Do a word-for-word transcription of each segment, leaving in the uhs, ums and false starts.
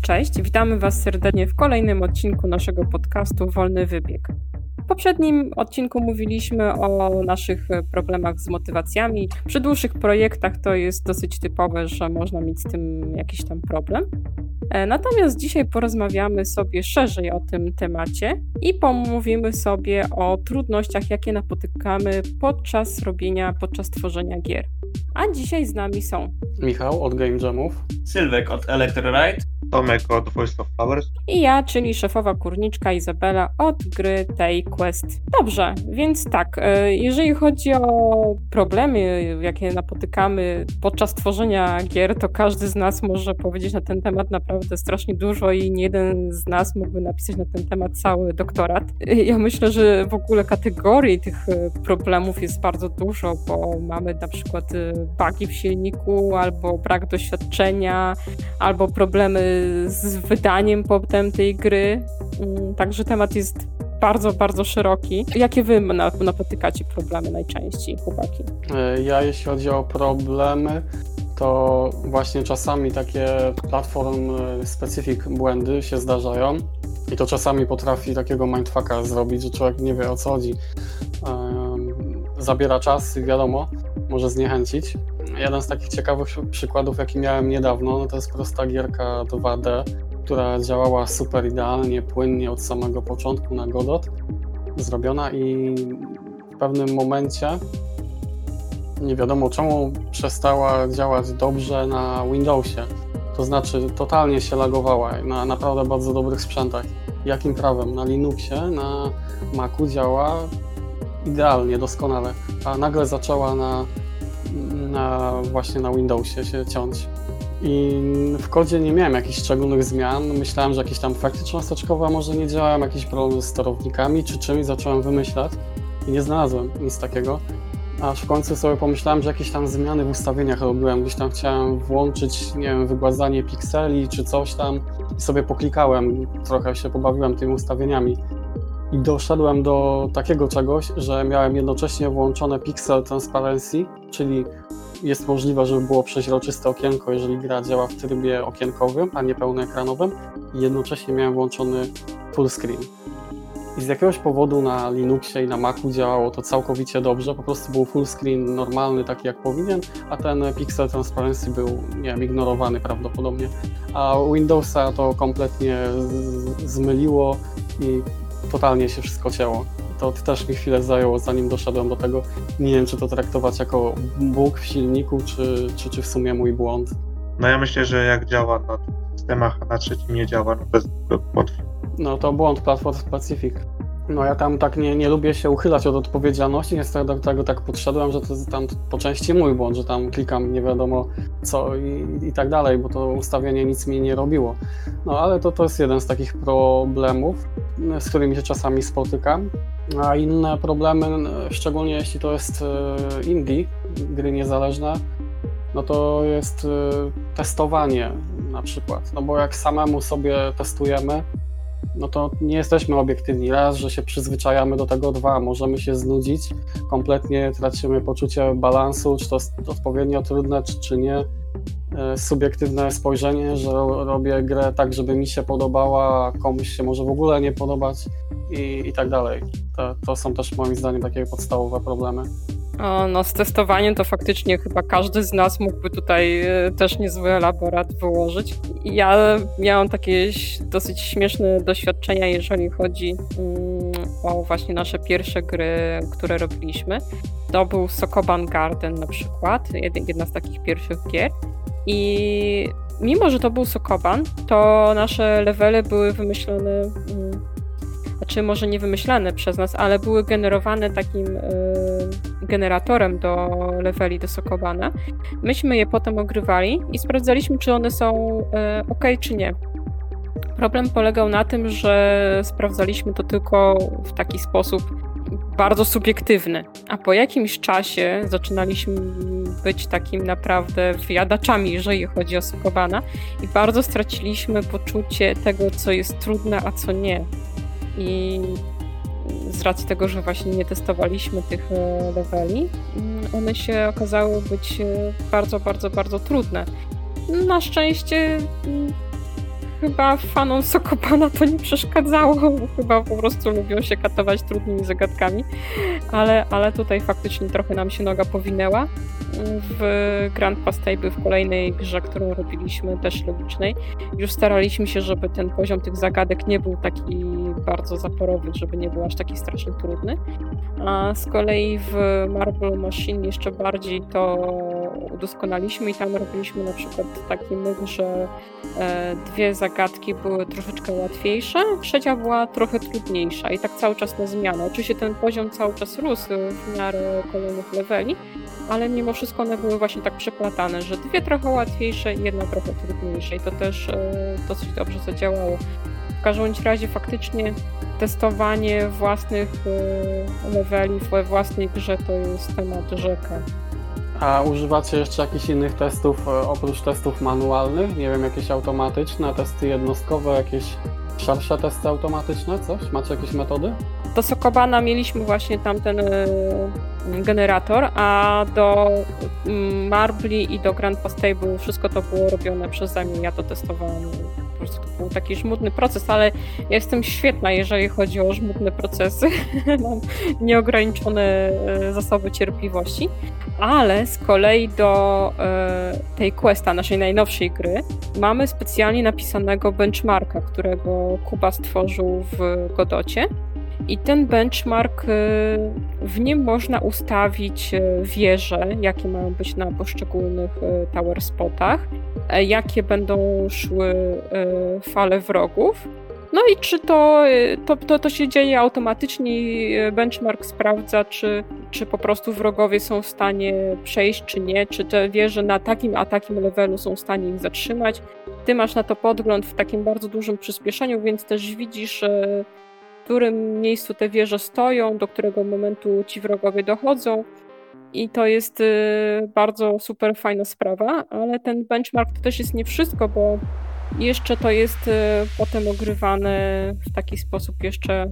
Cześć, witamy Was serdecznie w kolejnym odcinku naszego podcastu Wolny Wybieg. W poprzednim odcinku mówiliśmy o naszych problemach z motywacjami. Przy dłuższych projektach to jest dosyć typowe, że można mieć z tym jakiś tam problem. Natomiast dzisiaj porozmawiamy sobie szerzej o tym temacie i pomówimy sobie o trudnościach, jakie napotykamy podczas robienia, podczas tworzenia gier. A dzisiaj z nami są Michał od Game Jamów, Sylwek od Electroride, Tomek od Voice of Flowers i ja, czyli szefowa kurniczka Izabela od gry Tay Quest. Dobrze, więc tak, jeżeli chodzi o problemy, jakie napotykamy podczas tworzenia gier, to każdy z nas może powiedzieć na ten temat naprawdę strasznie dużo i nie jeden z nas mógłby napisać na ten temat cały doktorat. Ja myślę, że w ogóle kategorii tych problemów jest bardzo dużo, bo mamy na przykład bugi w silniku, albo brak doświadczenia, albo problemy z wydaniem potem tej gry. Także temat jest bardzo, bardzo szeroki. Jakie wy napotykacie problemy najczęściej, chłopaki? Ja jeśli chodzi o problemy, to właśnie czasami takie platform specific błędy się zdarzają i to czasami potrafi takiego mindfucka zrobić, że człowiek nie wie, o co chodzi. Zabiera czas i wiadomo, może zniechęcić. Jeden z takich ciekawych przykładów, jaki miałem niedawno, no to jest prosta gierka dwa D, która działała super idealnie, płynnie od samego początku na Godot zrobiona i w pewnym momencie nie wiadomo czemu przestała działać dobrze na Windowsie. To znaczy totalnie się lagowała na naprawdę bardzo dobrych sprzętach. Jakim prawem? Na Linuxie, na Macu działa idealnie, doskonale, a nagle zaczęła na, na właśnie na Windowsie się ciąć. I w kodzie nie miałem jakichś szczególnych zmian, myślałem, że jakieś tam efekty cząsteczkowe może nie działają, jakieś problemy z sterownikami czy czymś, zacząłem wymyślać i nie znalazłem nic takiego. Aż w końcu sobie pomyślałem, że jakieś tam zmiany w ustawieniach robiłem, gdzieś tam chciałem włączyć, nie wiem, wygładzanie pikseli czy coś tam i sobie poklikałem, trochę się pobawiłem tymi ustawieniami. I doszedłem do takiego czegoś, że miałem jednocześnie włączone Pixel Transparency, czyli jest możliwe, żeby było przeźroczyste okienko, jeżeli gra działa w trybie okienkowym, a nie pełnoekranowym. I jednocześnie miałem włączony full screen. I z jakiegoś powodu na Linuxie i na Macu działało to całkowicie dobrze, po prostu był full screen normalny, taki jak powinien, a ten Pixel Transparency był, nie wiem, ignorowany prawdopodobnie. A Windowsa to kompletnie z- zmyliło i totalnie się wszystko cięło. To też mi chwilę zajęło, zanim doszedłem do tego. Nie wiem, czy to traktować jako bóg w silniku, czy, czy, czy w sumie mój błąd. No ja myślę, że jak działa na systemach, a na trzecim nie działa, no to jest błąd. No to błąd Platform Specific. No ja tam tak nie, nie lubię się uchylać od odpowiedzialności, więc do tego tak podszedłem, że to jest tam po części mój błąd, że tam klikam nie wiadomo co i, i tak dalej, bo to ustawienie nic mi nie robiło. No ale to, to jest jeden z takich problemów, z którymi się czasami spotykam. A inne problemy, szczególnie jeśli to jest indie, gry niezależne, no to jest testowanie na przykład. No bo jak samemu sobie testujemy, no to nie jesteśmy obiektywni. Raz, że się przyzwyczajamy do tego, dwa, możemy się znudzić, kompletnie tracimy poczucie balansu, czy to jest odpowiednio trudne, czy, czy nie. Subiektywne spojrzenie, że robię grę tak, żeby mi się podobała, a komuś się może w ogóle nie podobać i, i tak dalej. To, to są też moim zdaniem takie podstawowe problemy. O, no z testowaniem to faktycznie chyba każdy z nas mógłby tutaj też niezły elaborat wyłożyć. Ja miałam takie dosyć śmieszne doświadczenia, jeżeli chodzi mm, o właśnie nasze pierwsze gry, które robiliśmy. To był Sokoban Garden na przykład, jedna z takich pierwszych gier. I mimo, że to był Sokoban, to nasze levely były wymyślone, mm, znaczy może nie wymyślane przez nas, ale były generowane takim y, generatorem do leveli do Sokobana. Myśmy je potem ogrywali i sprawdzaliśmy, czy one są y, ok, czy nie. Problem polegał na tym, że sprawdzaliśmy to tylko w taki sposób bardzo subiektywny, a po jakimś czasie zaczynaliśmy być takim naprawdę wyjadaczami, jeżeli chodzi o Sokobana i bardzo straciliśmy poczucie tego, co jest trudne, a co nie. I z racji tego, że właśnie nie testowaliśmy tych leveli, one się okazały być bardzo, bardzo, bardzo trudne. Na szczęście chyba fanom Sokopana to nie przeszkadzało, bo chyba po prostu lubią się katować trudnymi zagadkami, ale, ale tutaj faktycznie trochę nam się noga powinęła. W Grand Pass Table, w kolejnej grze, którą robiliśmy, też logicznej, już staraliśmy się, żeby ten poziom tych zagadek nie był taki bardzo zaporowy, żeby nie był aż taki strasznie trudny. A z kolei w Marble Machine jeszcze bardziej to udoskonaliśmy i tam robiliśmy na przykład taki myk, że e, dwie zagadki były troszeczkę łatwiejsze, trzecia była trochę trudniejsza i tak cały czas na zmianę. Oczywiście ten poziom cały czas rósł w miarę kolejnych leveli, ale mimo wszystko one były właśnie tak przeplatane, że dwie trochę łatwiejsze i jedna trochę trudniejsza i to też e, dosyć dobrze zadziałało. W każdym razie faktycznie testowanie własnych e, leveli we własnej grze to jest temat rzeka. A używacie jeszcze jakichś innych testów e, oprócz testów manualnych? Nie wiem, jakieś automatyczne, testy jednostkowe, jakieś szersze testy automatyczne, coś? Macie jakieś metody? Do Sokobana mieliśmy właśnie tamten y, generator, a do y, Marbli i do Grand Pass Table wszystko to było robione przeze mnie, ja to testowałam. Po prostu to był taki żmudny proces, ale ja jestem świetna, jeżeli chodzi o żmudne procesy. Mam nieograniczone y, zasoby cierpliwości, ale z kolei do y, tej Questa, naszej najnowszej gry, mamy specjalnie napisanego benchmarka, którego Kuba stworzył w Godocie. I ten benchmark, w nim można ustawić wieże, jakie mają być na poszczególnych tower spotach, jakie będą szły fale wrogów. No i czy to, to, to, to się dzieje automatycznie, benchmark sprawdza, czy, czy po prostu wrogowie są w stanie przejść, czy nie, czy te wieże na takim a takim levelu są w stanie ich zatrzymać. Ty masz na to podgląd w takim bardzo dużym przyspieszeniu, więc też widzisz, w którym miejscu te wieże stoją, do którego momentu ci wrogowie dochodzą i to jest bardzo super fajna sprawa, ale ten benchmark to też jest nie wszystko, bo jeszcze to jest potem ogrywane w taki sposób jeszcze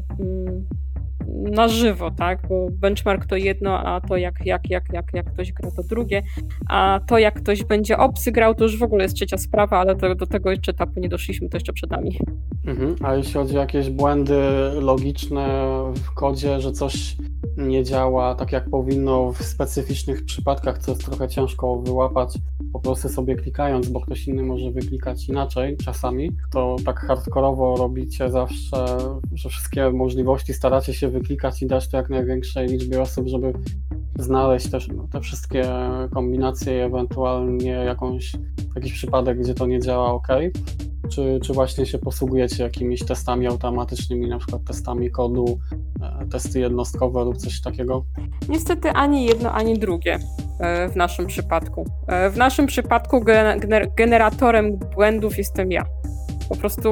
na żywo, tak? Bo benchmark to jedno, a to jak, jak, jak, jak, jak ktoś gra to drugie, a to jak ktoś będzie obcy grał to już w ogóle jest trzecia sprawa, ale to, do tego jeszcze etapu nie doszliśmy, to jeszcze przed nami. Mhm. A jeśli chodzi o jakieś błędy logiczne w kodzie, że coś nie działa tak jak powinno w specyficznych przypadkach, co jest trochę ciężko wyłapać, po prostu sobie klikając, bo ktoś inny może wyklikać inaczej czasami, to tak hardkorowo robicie zawsze, że wszystkie możliwości staracie się wyklikać i dać to jak największej liczbie osób, żeby znaleźć też no, te wszystkie kombinacje i ewentualnie jakąś, jakiś przypadek, gdzie to nie działa ok. Czy, czy właśnie się posługujecie jakimiś testami automatycznymi, na przykład testami kodu, testy jednostkowe lub coś takiego? Niestety ani jedno, ani drugie w naszym przypadku. W naszym przypadku generatorem błędów jestem ja. Po prostu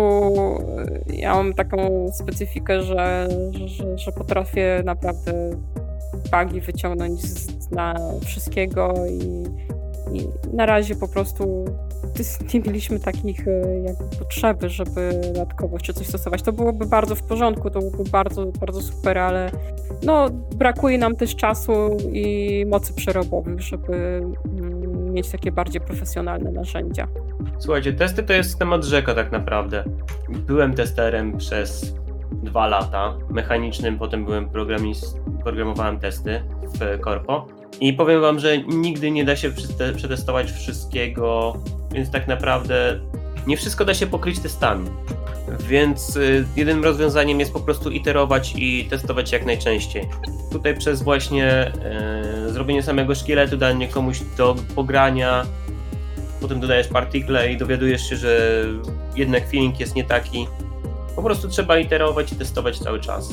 ja mam taką specyfikę, że, że, że potrafię naprawdę bugi wyciągnąć z na wszystkiego i I na razie po prostu nie mieliśmy takich jakby potrzeby, żeby dodatkowo jeszcze coś stosować. To byłoby bardzo w porządku, to byłoby bardzo, bardzo super, ale no, brakuje nam też czasu i mocy przerobowych, żeby mieć takie bardziej profesjonalne narzędzia. Słuchajcie, testy to jest temat rzeka tak naprawdę. Byłem testerem przez dwa lata, mechanicznym, potem byłem programist, programowałem testy w Corpo. I powiem wam, że nigdy nie da się przetestować wszystkiego, więc tak naprawdę nie wszystko da się pokryć testami. Więc jedynym rozwiązaniem jest po prostu iterować i testować jak najczęściej. Tutaj przez właśnie e, zrobienie samego szkieletu, danie komuś do pogrania, potem dodajesz partikle i dowiadujesz się, że jednak feeling jest nie taki. Po prostu trzeba iterować i testować cały czas.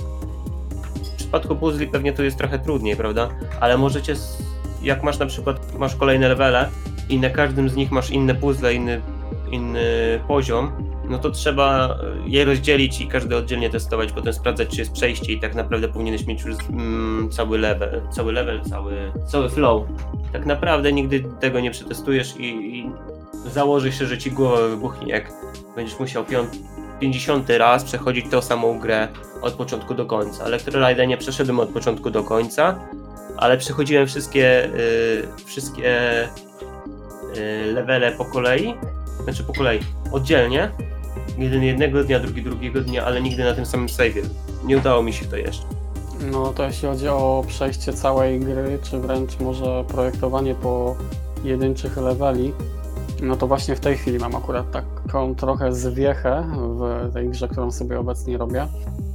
W przypadku puzli pewnie to jest trochę trudniej, prawda? Ale możecie, jak masz na przykład, masz kolejne levele i na każdym z nich masz inne puzzle, inny, inny poziom, no to trzeba je rozdzielić i każdy oddzielnie testować, potem sprawdzać, czy jest przejście i tak naprawdę powinieneś mieć już mm, cały level, cały level, cały, cały flow. Tak naprawdę nigdy tego nie przetestujesz i, i założysz się, że ci głowa wybuchnie, jak będziesz musiał pięćdziesiąty raz przechodzić tą samą grę od początku do końca. Electroride nie przeszedłem od początku do końca, ale przechodziłem wszystkie, yy, wszystkie yy, levele po kolei, znaczy po kolei, oddzielnie jeden jednego dnia, drugi drugiego dnia, ale nigdy na tym samym save'ie. Nie udało mi się to jeszcze. No to jeśli chodzi o przejście całej gry, czy wręcz może projektowanie po jedynczych leveli, no to właśnie w tej chwili mam akurat taką trochę zwiechę w tej grze, którą sobie obecnie robię,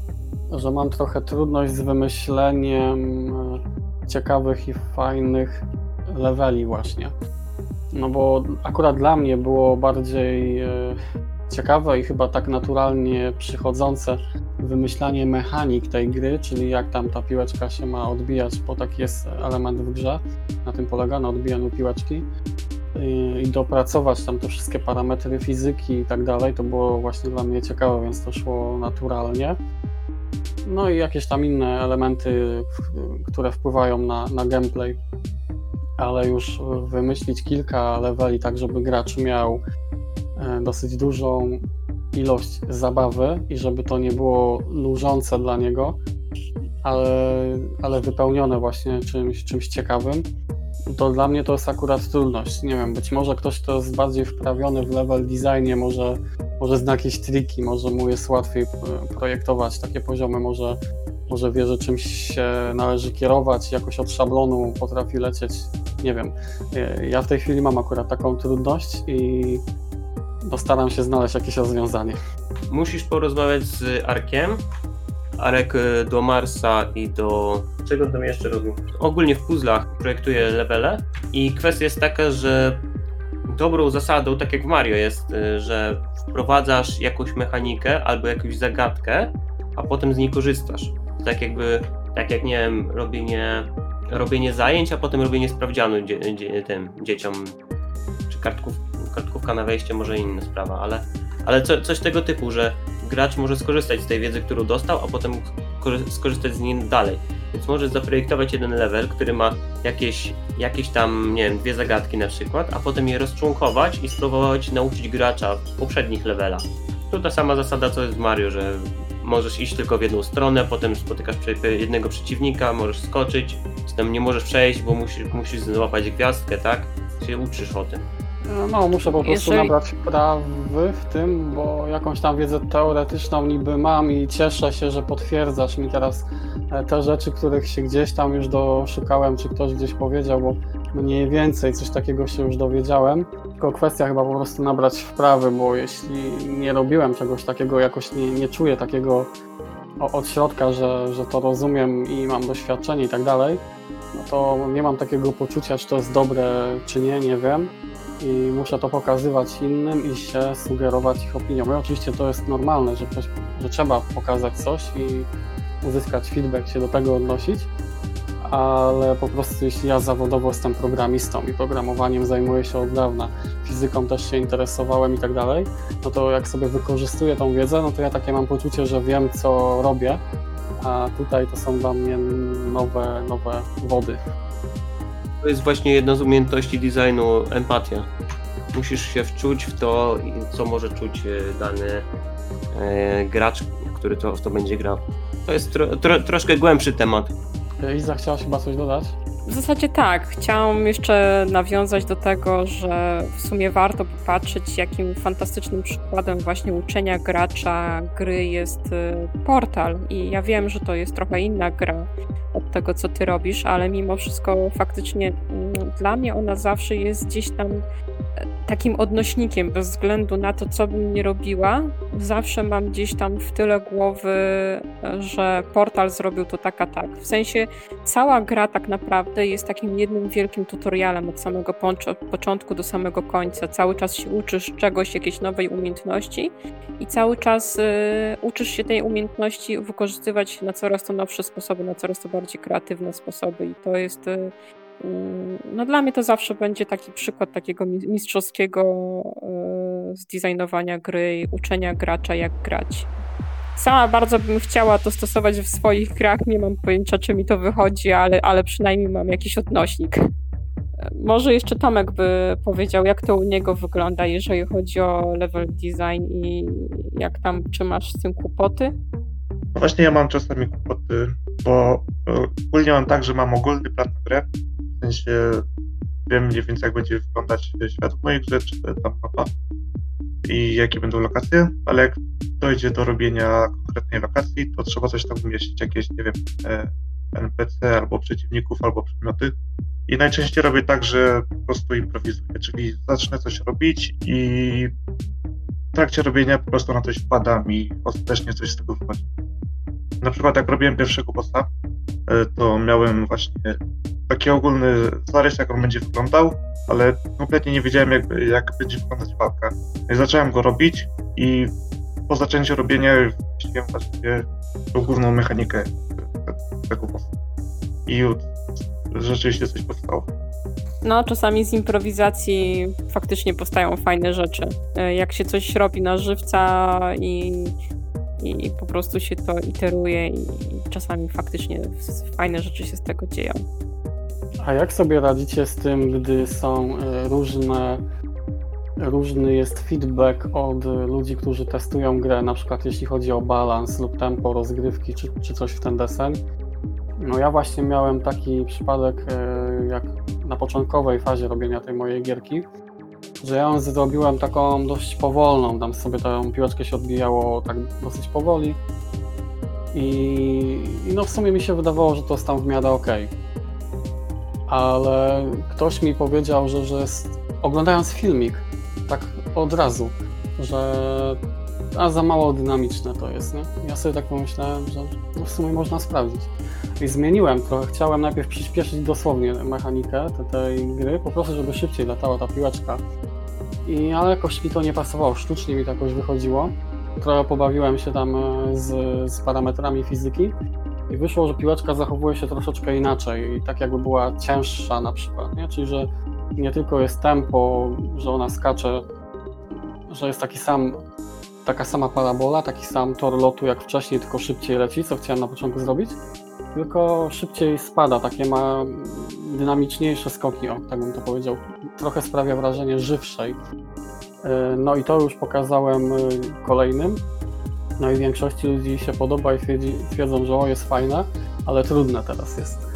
że mam trochę trudność z wymyśleniem ciekawych i fajnych leveli właśnie. No bo akurat dla mnie było bardziej ciekawe i chyba tak naturalnie przychodzące wymyślanie mechanik tej gry, czyli jak tam ta piłeczka się ma odbijać, bo taki jest element w grze, na tym polega, na odbijaniu piłeczki i, i dopracować tam te wszystkie parametry fizyki i tak dalej, to było właśnie dla mnie ciekawe, więc to szło naturalnie. No i jakieś tam inne elementy, które wpływają na, na gameplay, ale już wymyślić kilka leveli tak, żeby gracz miał dosyć dużą ilość zabawy i żeby to nie było nużące dla niego, ale, ale wypełnione właśnie czymś, czymś ciekawym, to dla mnie to jest akurat trudność. Nie wiem, być może ktoś, kto jest bardziej wprawiony w level designie, może, może zna jakieś triki, może mu jest łatwiej projektować takie poziomy, może, może wie, że czymś się należy kierować, jakoś od szablonu potrafi lecieć, nie wiem. Ja w tej chwili mam akurat taką trudność i no staram się znaleźć jakieś rozwiązanie. Musisz porozmawiać z Arkiem. Arek do Marsa i do... Czego on tam jeszcze robił? Ogólnie w puzzlach projektuje levele i kwestia jest taka, że dobrą zasadą, tak jak w Mario jest, że wprowadzasz jakąś mechanikę albo jakąś zagadkę, a potem z niej korzystasz. Tak jakby, tak jak nie wiem, robienie, robienie zajęć, a potem robienie sprawdzianu dzie, dzie, tym dzieciom, czy kartków, kartkówka na wejście, może inna sprawa, ale, ale co, coś tego typu, że gracz może skorzystać z tej wiedzy, którą dostał, a potem skorzystać z niej dalej. Więc możesz zaprojektować jeden level, który ma jakieś, jakieś tam, nie wiem, dwie zagadki na przykład, a potem je rozczłonkować i spróbować nauczyć gracza w poprzednich levelach. Tu ta sama zasada, co jest w Mario, że możesz iść tylko w jedną stronę, potem spotykasz jednego przeciwnika, możesz skoczyć, czy tam nie możesz przejść, bo musisz, musisz złapać gwiazdkę, tak? Się uczysz o tym. No, muszę po prostu Jeżeli... nabrać wprawy w tym, bo jakąś tam wiedzę teoretyczną niby mam i cieszę się, że potwierdzasz mi teraz te rzeczy, których się gdzieś tam już doszukałem, czy ktoś gdzieś powiedział, bo mniej więcej coś takiego się już dowiedziałem. Tylko kwestia chyba po prostu nabrać wprawy, bo jeśli nie robiłem czegoś takiego, jakoś nie, nie czuję takiego od środka, że, że to rozumiem i mam doświadczenie i tak dalej, no to nie mam takiego poczucia, czy to jest dobre, czy nie, nie wiem. I muszę to pokazywać innym i się sugerować ich opinią. I oczywiście to jest normalne, że, ktoś, że trzeba pokazać coś i uzyskać feedback, się do tego odnosić, ale po prostu jeśli ja zawodowo jestem programistą i programowaniem zajmuję się od dawna, fizyką też się interesowałem i tak dalej, no to jak sobie wykorzystuję tą wiedzę, no to ja takie mam poczucie, że wiem, co robię, a tutaj to są dla mnie nowe, nowe wody. To jest właśnie jedna z umiejętności designu, empatia. Musisz się wczuć w to, co może czuć dany e, gracz, który to, w to będzie grał. To jest tro, tro, troszkę głębszy temat. Iza, chciałaś chyba coś dodać? W zasadzie tak. Chciałam jeszcze nawiązać do tego, że w sumie warto popatrzeć, jakim fantastycznym przykładem właśnie uczenia gracza gry jest Portal. I ja wiem, że to jest trochę inna gra od tego, co ty robisz, ale mimo wszystko faktycznie dla mnie ona zawsze jest gdzieś tam takim odnośnikiem, bez względu na to, co bym nie robiła. Zawsze mam gdzieś tam w tyle głowy, że Portal zrobił to tak, a tak. W sensie cała gra tak naprawdę jest takim jednym wielkim tutorialem od samego początku do samego końca. Cały czas się uczysz czegoś, jakiejś nowej umiejętności i cały czas y, uczysz się tej umiejętności wykorzystywać na coraz to nowsze sposoby, na coraz to bardziej kreatywne sposoby i to jest... Y, No dla mnie to zawsze będzie taki przykład takiego mistrzowskiego zdesignowania gry i uczenia gracza, jak grać. Sama bardzo bym chciała to stosować w swoich grach, nie mam pojęcia, czy mi to wychodzi, ale, ale przynajmniej mam jakiś odnośnik. Może jeszcze Tomek by powiedział, jak to u niego wygląda, jeżeli chodzi o level design i jak tam, czy masz z tym kłopoty? No właśnie ja mam czasami kłopoty, bo ogólnie mam tak, że mam ogólny plan na grę. W sensie wiem mniej więcej, jak będzie wyglądać świat w mojej grze, czy tam mapa. i jakie będą lokacje, ale jak dojdzie do robienia konkretnej lokacji, to trzeba coś tam umieścić, jakieś, nie wiem, N P C albo przeciwników, albo przedmioty. I najczęściej robię tak, że po prostu improwizuję, czyli zacznę coś robić i w trakcie robienia po prostu na coś wpadam i ostatecznie coś z tego wychodzi. Na przykład jak robiłem pierwszego bossa, to miałem właśnie taki ogólny zarys, jak on będzie wyglądał, ale kompletnie nie wiedziałem, jak, jak będzie wyglądać walka. I zacząłem go robić i po zaczęciu robienia wymyśliłem właściwie tą główną mechanikę tego bossa. I rzeczywiście coś powstało. No, czasami z improwizacji faktycznie powstają fajne rzeczy. Jak się coś robi na żywca i, i po prostu się to iteruje i czasami faktycznie fajne rzeczy się z tego dzieją. A jak sobie radzicie z tym, gdy są różne, różny jest feedback od ludzi, którzy testują grę, na przykład jeśli chodzi o balans lub tempo rozgrywki, czy, czy coś w ten deseń? No ja właśnie miałem taki przypadek, jak na początkowej fazie robienia tej mojej gierki, że ja ją zrobiłem taką dość powolną, tam sobie tę piłeczkę się odbijało tak dosyć powoli i, i no w sumie mi się wydawało, że to jest tam w miarę okej. Ale ktoś mi powiedział, że, że jest, oglądając filmik, tak od razu, że a za mało dynamiczne to jest, nie? Ja sobie tak pomyślałem, że no w sumie można sprawdzić. I zmieniłem trochę, chciałem najpierw przyspieszyć dosłownie mechanikę te, tej gry, po prostu żeby szybciej latała ta piłeczka. I, ale jakoś mi to nie pasowało, sztucznie mi to jakoś wychodziło. Trochę pobawiłem się tam z, z parametrami fizyki i wyszło, że piłeczka zachowuje się troszeczkę inaczej, tak jakby była cięższa na przykład, nie? Czyli że nie tylko jest tempo, że ona skacze, że jest taki sam, taka sama parabola, taki sam tor lotu jak wcześniej, tylko szybciej leci, co chciałem na początku zrobić, tylko szybciej spada, takie ma dynamiczniejsze skoki, o, tak bym to powiedział, trochę sprawia wrażenie żywszej. No i to już pokazałem kolejnym, no i większości ludzi się podoba i twierdzi, twierdzą, że o, jest fajne, ale trudne teraz jest.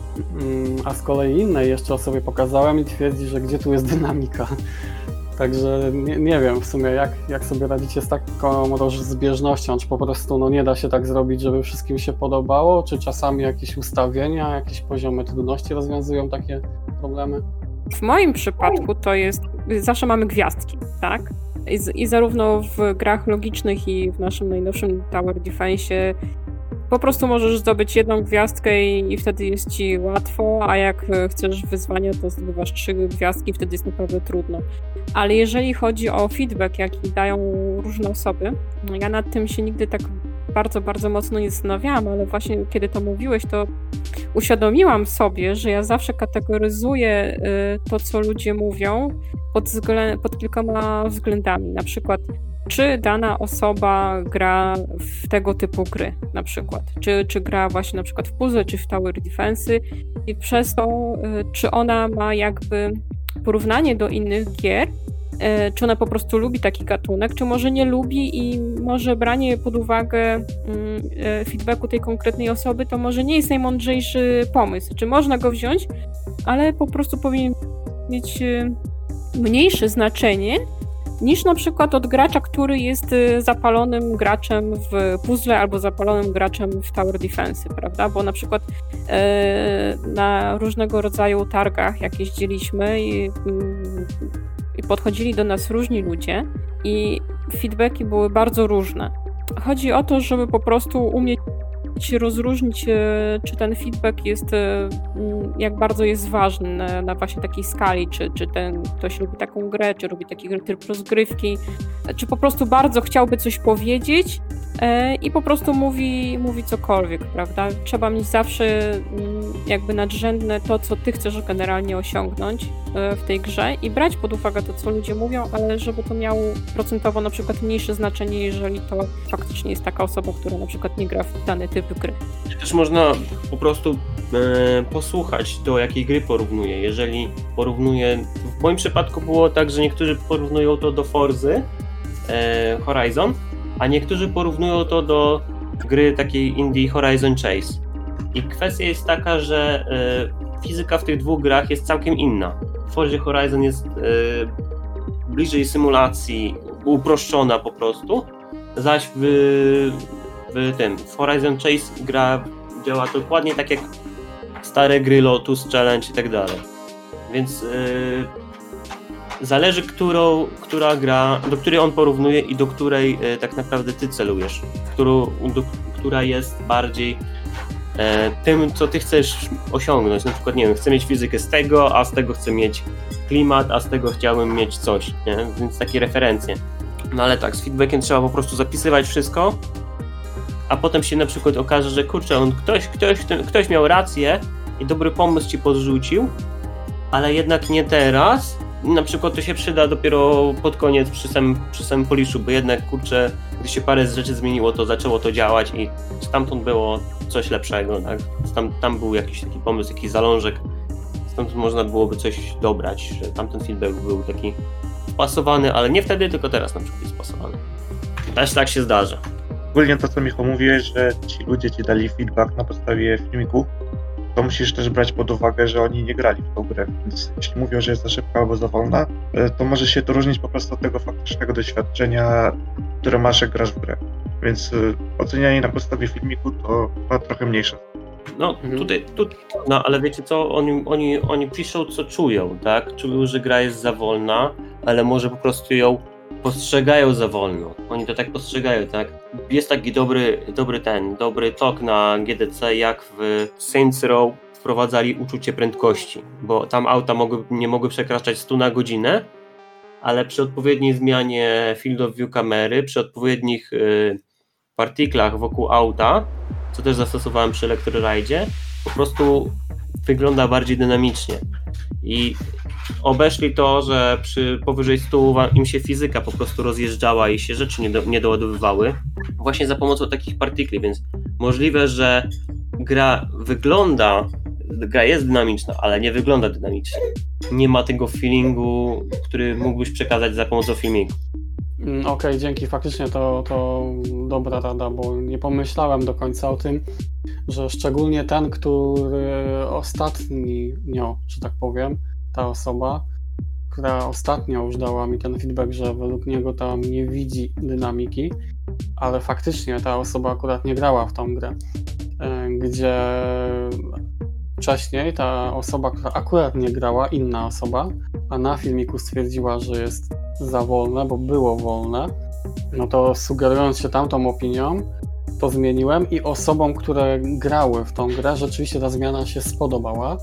A z kolei innej jeszcze osobie pokazałem i twierdzi, że gdzie tu jest dynamika. Także nie, nie wiem w sumie, jak, jak sobie radzicie z taką rozbieżnością, czy po prostu no, nie da się tak zrobić, żeby wszystkim się podobało, czy czasami jakieś ustawienia, jakieś poziomy trudności rozwiązują takie problemy? W moim przypadku to jest, zawsze mamy gwiazdki, tak? I, z, i zarówno w grach logicznych i w naszym najnowszym Tower Defense'ie po prostu możesz zdobyć jedną gwiazdkę i, i wtedy jest ci łatwo, a jak chcesz wyzwania, to zdobywasz trzy gwiazdki, wtedy jest naprawdę trudno. Ale jeżeli chodzi o feedback, jaki dają różne osoby, no ja nad tym się nigdy tak bardzo, bardzo mocno nie zastanawiałam, ale właśnie kiedy to mówiłeś, to uświadomiłam sobie, że ja zawsze kategoryzuję to, co ludzie mówią pod, wzglę- pod kilkoma względami. Na przykład, czy dana osoba gra w tego typu gry, na przykład. Czy, czy gra właśnie na przykład w puzzle, czy w Tower Defense'y i przez to, czy ona ma jakby porównanie do innych gier, czy ona po prostu lubi taki gatunek, czy może nie lubi i może branie pod uwagę feedbacku tej konkretnej osoby to może nie jest najmądrzejszy pomysł. Czy można go wziąć, ale po prostu powinien mieć mniejsze znaczenie niż na przykład od gracza, który jest zapalonym graczem w puzzle albo zapalonym graczem w Tower Defense, prawda? Bo na przykład e, na różnego rodzaju targach, jak jeździliśmy i, i podchodzili do nas różni ludzie i feedbacki były bardzo różne. Chodzi o to, żeby po prostu umieć rozróżnić, czy ten feedback jest, jak bardzo jest ważny na właśnie takiej skali, czy, czy ten ktoś lubi taką grę, czy lubi taki tryb rozgrywki, czy po prostu bardzo chciałby coś powiedzieć i po prostu mówi, mówi cokolwiek, prawda? Trzeba mieć zawsze jakby nadrzędne to, co ty chcesz generalnie osiągnąć w tej grze i brać pod uwagę to, co ludzie mówią, ale żeby to miało procentowo na przykład mniejsze znaczenie, jeżeli to faktycznie jest taka osoba, która na przykład nie gra w dany typ gry. Też można po prostu e, posłuchać, do jakiej gry porównuje. Jeżeli porównuje, w moim przypadku było tak, że niektórzy porównują to do Forzy e, Horizon, a niektórzy porównują to do gry takiej indie Horizon Chase. I kwestia jest taka, że e, fizyka w tych dwóch grach jest całkiem inna. W Forzie Horizon jest e, bliżej symulacji, uproszczona po prostu, zaś w, w tym, w Horizon Chase gra działa dokładnie tak jak stare gry Lotus, Challenge i tak dalej. Więc yy, zależy, którą, która gra, do której on porównuje i do której yy, tak naprawdę ty celujesz, którą, do, która jest bardziej yy, tym, co ty chcesz osiągnąć. Na przykład, nie wiem, chcę mieć fizykę z tego, a z tego chcę mieć klimat, a z tego chciałbym mieć coś, nie? Więc takie referencje. No ale tak, z feedbackiem trzeba po prostu zapisywać wszystko, a potem się na przykład okaże, że kurczę, on ktoś, ktoś, ktoś miał rację i dobry pomysł ci podrzucił, ale jednak nie teraz. Na przykład to się przyda dopiero pod koniec przy samym, przy samym poliszu, bo jednak kurczę, gdy się parę rzeczy zmieniło, to zaczęło to działać i stamtąd było coś lepszego, tak? Tam, tam był jakiś taki pomysł, jakiś zalążek, stamtąd można byłoby coś dobrać, że tamten feedback był taki spasowany, ale nie wtedy, tylko teraz na przykład jest spasowany. Też tak się zdarza. Ogólnie to, co Michał mówiłeś, że ci ludzie ci dali feedback na podstawie filmiku, to musisz też brać pod uwagę, że oni nie grali w tą grę, więc jeśli mówią, że jest za szybka albo za wolna, to może się to różnić po prostu od tego faktycznego doświadczenia, które masz, jak grasz w grę. Więc ocenianie na podstawie filmiku to ma trochę mniejsze. No Mhm. tutaj, tu, no ale wiecie co, oni, oni, oni piszą co czują, tak? Czują, że gra jest za wolna, ale może po prostu ją postrzegają za wolno. Oni to tak postrzegają, tak? Jest taki dobry, dobry ten, dobry tok na G D C, jak w Saints Row wprowadzali uczucie prędkości, bo tam auta mogły, nie mogły przekraczać sto na godzinę, ale przy odpowiedniej zmianie field of view kamery, przy odpowiednich y, partiklach wokół auta, co też zastosowałem przy Electroride'zie, po prostu wygląda bardziej dynamicznie. I obeszli to, że przy powyżej stu im się fizyka po prostu rozjeżdżała i się rzeczy nie, do, nie doładowywały właśnie za pomocą takich partikli, więc możliwe, że gra wygląda, gra jest dynamiczna, ale nie wygląda dynamicznie. Nie ma tego feelingu, który mógłbyś przekazać za pomocą filmiku. Mm, Okej, okay, dzięki. Faktycznie to, to dobra rada, bo nie pomyślałem do końca o tym, że szczególnie ten, który ostatnio, że tak powiem, ta osoba, która ostatnio już dała mi ten feedback, że według niego tam nie widzi dynamiki, ale faktycznie ta osoba akurat nie grała w tą grę, gdzie wcześniej ta osoba, która akurat nie grała, inna osoba, a na filmiku stwierdziła, że jest za wolne, bo było wolne, no to sugerując się tamtą opinią, to zmieniłem i osobom, które grały w tą grę, rzeczywiście ta zmiana się spodobała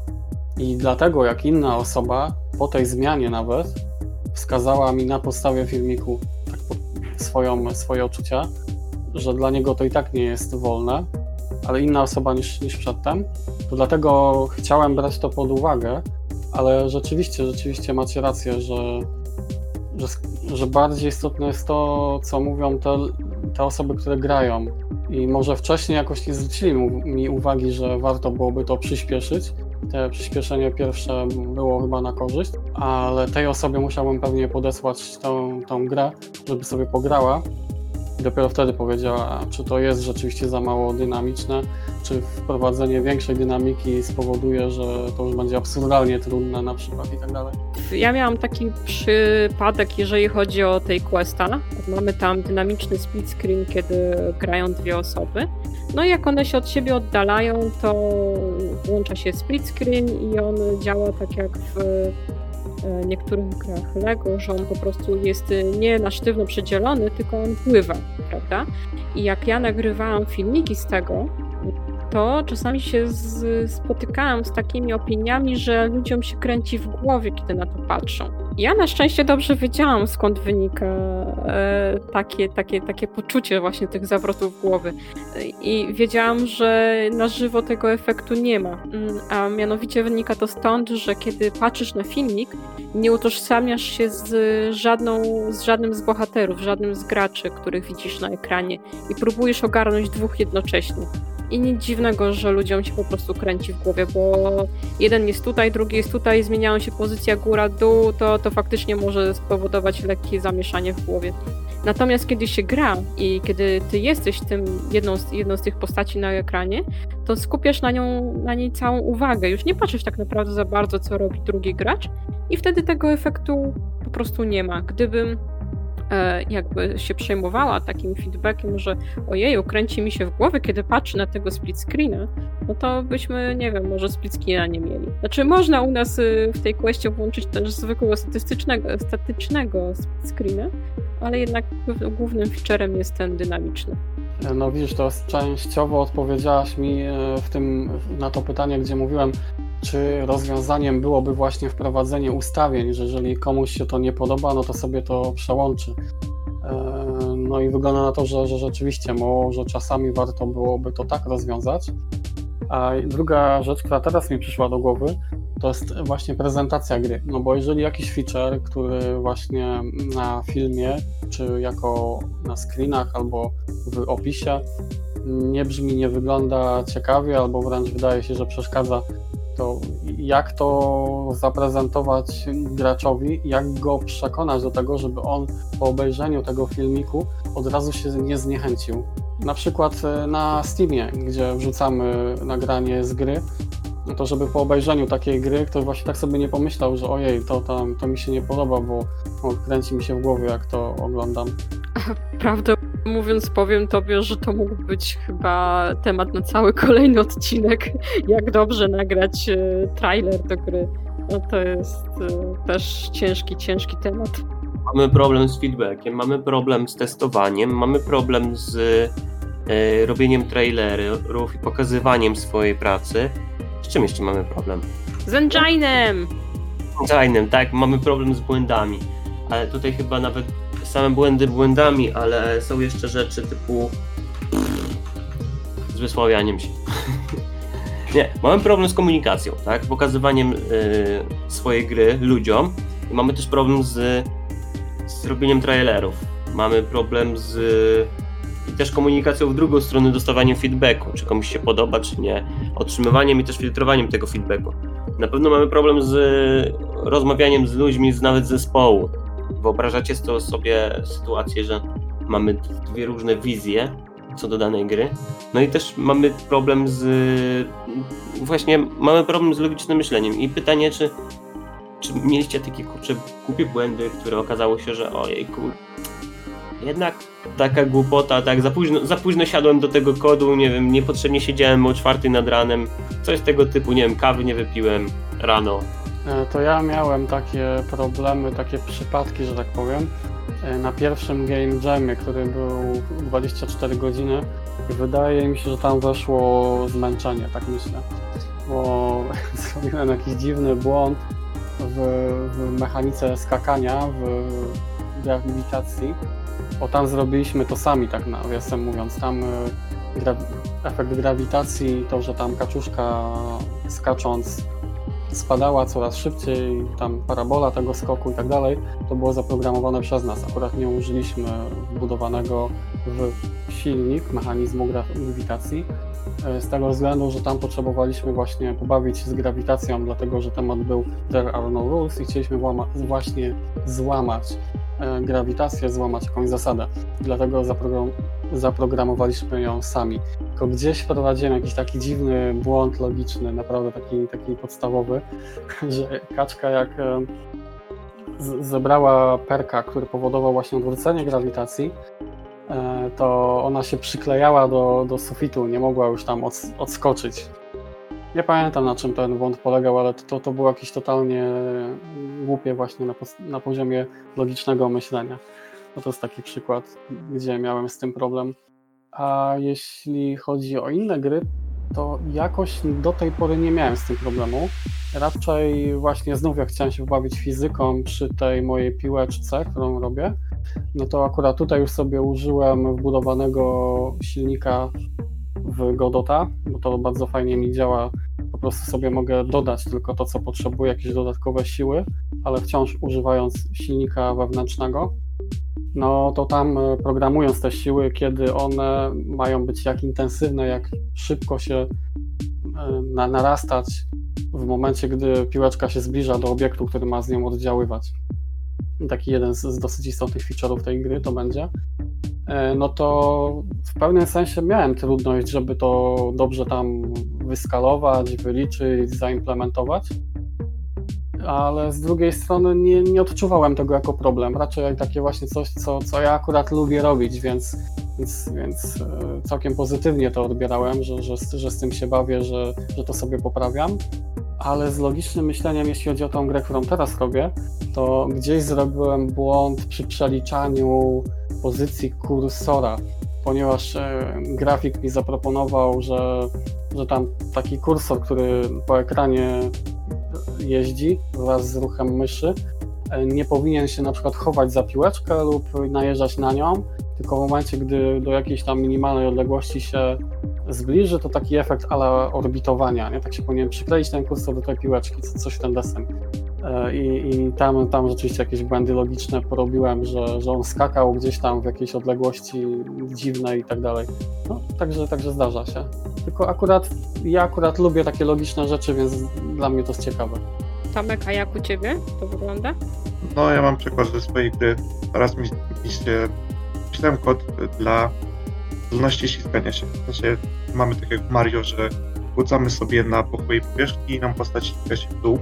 i dlatego jak inna osoba po tej zmianie nawet wskazała mi na podstawie filmiku tak swoją, swoje odczucia, że dla niego to i tak nie jest wolne, ale inna osoba niż, niż przedtem, to dlatego chciałem brać to pod uwagę, ale rzeczywiście, rzeczywiście macie rację, że, że, że bardziej istotne jest to, co mówią te, te osoby, które grają i może wcześniej jakoś nie zwrócili mi uwagi, że warto byłoby to przyspieszyć. Te przyspieszenie pierwsze było chyba na korzyść, ale tej osobie musiałbym pewnie podesłać tą, tą grę, żeby sobie pograła. I dopiero wtedy powiedziała, czy to jest rzeczywiście za mało dynamiczne, czy wprowadzenie większej dynamiki spowoduje, że to już będzie absurdalnie trudne na przykład i tak dalej. Ja miałam taki przypadek, jeżeli chodzi o tej Questa. Mamy tam dynamiczny split screen, kiedy grają dwie osoby. No i jak one się od siebie oddalają, to włącza się split screen i on działa tak jak w niektórych grach Lego, że on po prostu jest nie na sztywno przedzielony, tylko on pływa, prawda? I jak ja nagrywałam filmiki z tego, to czasami się z, spotykałam z takimi opiniami, że ludziom się kręci w głowie, kiedy na to patrzą. Ja na szczęście dobrze wiedziałam, skąd wynika e, takie, takie, takie poczucie właśnie tych zawrotów głowy. I wiedziałam, że na żywo tego efektu nie ma. A mianowicie wynika to stąd, że kiedy patrzysz na filmik, nie utożsamiasz się z, żadną, z żadnym z bohaterów, żadnym z graczy, których widzisz na ekranie i próbujesz ogarnąć dwóch jednocześnie. I nic dziwnego, że ludziom się po prostu kręci w głowie, bo jeden jest tutaj, drugi jest tutaj, zmieniają się pozycja góra-dół, to, to faktycznie może spowodować lekkie zamieszanie w głowie. Natomiast kiedy się gra i kiedy ty jesteś tym jedną z, jedną z tych postaci na ekranie, to skupiasz na, nią, na niej całą uwagę. Już nie patrzysz tak naprawdę za bardzo, co robi drugi gracz i wtedy tego efektu po prostu nie ma. Gdybym e, jakby się przejmowała takim feedbackiem, że ojeju, kręci mi się w głowie, kiedy patrzy na tego split screena, no to byśmy, nie wiem, może split screena nie mieli. Znaczy można u nas y, w tej questie włączyć też zwykłego statystycznego, statycznego split screena, ale jednak głównym featurem jest ten dynamiczny. No widzisz, to częściowo odpowiedziałaś mi w tym, na to pytanie, gdzie mówiłem, czy rozwiązaniem byłoby właśnie wprowadzenie ustawień, że jeżeli komuś się to nie podoba, no to sobie to przełączy. No i wygląda na to, że, że rzeczywiście może czasami warto byłoby to tak rozwiązać. A druga rzecz, która teraz mi przyszła do głowy, to jest właśnie prezentacja gry. No bo jeżeli jakiś feature, który właśnie na filmie, czy jako na screenach, albo w opisie nie brzmi, nie wygląda ciekawie, albo wręcz wydaje się, że przeszkadza, to jak to zaprezentować graczowi, jak go przekonać do tego, żeby on po obejrzeniu tego filmiku od razu się nie zniechęcił. Na przykład na Steamie, gdzie wrzucamy nagranie z gry, no to żeby po obejrzeniu takiej gry ktoś właśnie tak sobie nie pomyślał, że ojej, to, tam, to mi się nie podoba, bo no, kręci mi się w głowie, jak to oglądam. Prawdę mówiąc, powiem tobie, że to mógł być chyba temat na cały kolejny odcinek, jak dobrze nagrać e, trailer do gry. No to jest e, też ciężki, ciężki temat. Mamy problem z feedbackiem, mamy problem z testowaniem, mamy problem z e, robieniem trailerów i pokazywaniem swojej pracy. Z czym jeszcze mamy problem? Z enginem! Z enginem, tak, mamy problem z błędami, ale tutaj chyba nawet same błędy błędami, ale są jeszcze rzeczy typu z wysławianiem się. Nie, mamy problem z komunikacją, tak, pokazywaniem y, swojej gry ludziom i mamy też problem z, z robieniem trailerów, mamy problem z i też komunikacją w drugą stronę, dostawaniem feedbacku, czy komuś się podoba, czy nie, otrzymywaniem i też filtrowaniem tego feedbacku. Na pewno mamy problem z rozmawianiem z ludźmi z nawet zespołu. Wyobrażacie sobie sytuację, że mamy dwie różne wizje co do danej gry. No i też mamy problem z właśnie mamy problem z logicznym myśleniem i pytanie, czy, czy mieliście takie kurczę głupie błędy, które okazało się, że ojejku, jednak taka głupota, tak za późno, za późno siadłem do tego kodu, nie wiem, niepotrzebnie siedziałem o czwartej nad ranem, coś tego typu, nie wiem, kawy nie wypiłem rano. To ja miałem takie problemy, takie przypadki, że tak powiem, na pierwszym Game Jamie, który był dwadzieścia cztery godziny i wydaje mi się, że tam weszło zmęczenie, tak myślę, bo zrobiłem jakiś dziwny błąd w, w mechanice skakania, w grawitacji, bo tam zrobiliśmy to sami, tak nawiasem mówiąc, tam gra, efekt grawitacji, to, że tam kaczuszka skacząc spadała coraz szybciej, tam parabola tego skoku i tak dalej, to było zaprogramowane przez nas. Akurat nie użyliśmy wbudowanego w silnik mechanizmu grawitacji, z tego względu, że tam potrzebowaliśmy właśnie pobawić się z grawitacją, dlatego że temat był There are no rules i chcieliśmy włama- właśnie złamać e, grawitację, złamać jakąś zasadę. Dlatego zaprogram- zaprogramowaliśmy ją sami. Tylko gdzieś wprowadziłem jakiś taki dziwny błąd logiczny, naprawdę taki, taki podstawowy, że kaczka jak e, z- zebrała perka, który powodował właśnie odwrócenie grawitacji, e, to ona się przyklejała do, do sufitu, nie mogła już tam od, odskoczyć. Nie pamiętam, na czym ten błąd polegał, ale to, to było jakieś totalnie głupie właśnie na, na poziomie logicznego myślenia. No to jest taki przykład, gdzie miałem z tym problem. A jeśli chodzi o inne gry, to jakoś do tej pory nie miałem z tym problemu. Raczej właśnie znów jak chciałem się bawić fizyką przy tej mojej piłeczce, którą robię, no to akurat tutaj już sobie użyłem wbudowanego silnika w Godota, bo to bardzo fajnie mi działa. Po prostu sobie mogę dodać tylko to, co potrzebuję, jakieś dodatkowe siły, ale wciąż używając silnika wewnętrznego. No to tam programując te siły, kiedy one mają być jak intensywne, jak szybko się na, narastać w momencie, gdy piłeczka się zbliża do obiektu, który ma z nią oddziaływać. Taki jeden z, z dosyć istotnych feature'ów tej gry to będzie. No to w pewnym sensie miałem trudność, żeby to dobrze tam wyskalować, wyliczyć, zaimplementować. ale z drugiej strony nie, nie odczuwałem tego jako problem. Raczej takie właśnie coś, co, co ja akurat lubię robić, więc, więc, więc całkiem pozytywnie to odbierałem, że, że, że z tym się bawię, że, że to sobie poprawiam. Ale z logicznym myśleniem, jeśli chodzi o tą grę, którą teraz robię, to gdzieś zrobiłem błąd przy przeliczaniu pozycji kursora, ponieważ e, grafik mi zaproponował, że, że tam taki kursor, który po ekranie jeździ wraz z ruchem myszy, e, nie powinien się na przykład chować za piłeczkę lub najeżdżać na nią, tylko w momencie, gdy do jakiejś tam minimalnej odległości się zbliży, to taki efekt ala orbitowania, nie? Tak się powinien przykleić ten kursor do tej piłeczki, coś w ten deseń. I, i tam, tam rzeczywiście jakieś błędy logiczne porobiłem, że, że on skakał gdzieś tam w jakiejś odległości dziwnej i tak dalej. No, także, także zdarza się. Tylko akurat, ja akurat lubię takie logiczne rzeczy, więc dla mnie to jest ciekawe. Tomek, a jak u Ciebie to wygląda? No ja mam przykład ze swojej gry. Teraz mi, mi się... Pisałem kod dla zdolności ściskania się. W sensie mamy tak jak w Mario, że rzucamy sobie na pochyłej powierzchni i nam postać ściska się w dół.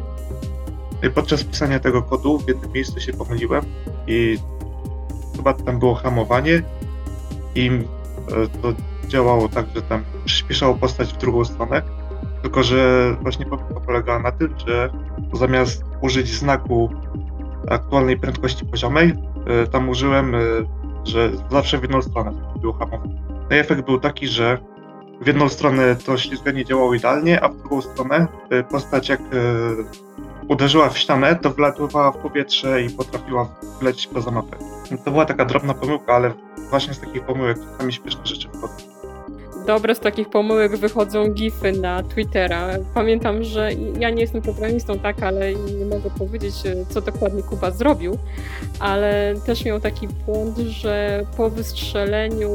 I podczas pisania tego kodu w jednym miejscu się pomyliłem i chyba tam było hamowanie i to działało tak, że tam przyspieszało postać w drugą stronę, tylko że właśnie pomyłka polegała na tym, że zamiast użyć znaku aktualnej prędkości poziomej, tam użyłem, że zawsze w jedną stronę było hamowanie. No i efekt był taki, że w jedną stronę to ślizganie działało idealnie, a w drugą stronę postać jak uderzyła w ścianę, to wylatywała w powietrze i potrafiła wlecieć poza mapę. To była taka drobna pomyłka, ale właśnie z takich pomyłek czasami śmieszne rzeczy wchodzą. Dobre z takich pomyłek wychodzą gify na Twittera. Pamiętam, że ja nie jestem programistą, tak, ale nie mogę powiedzieć, co dokładnie Kuba zrobił, ale też miał taki błąd, że po wystrzeleniu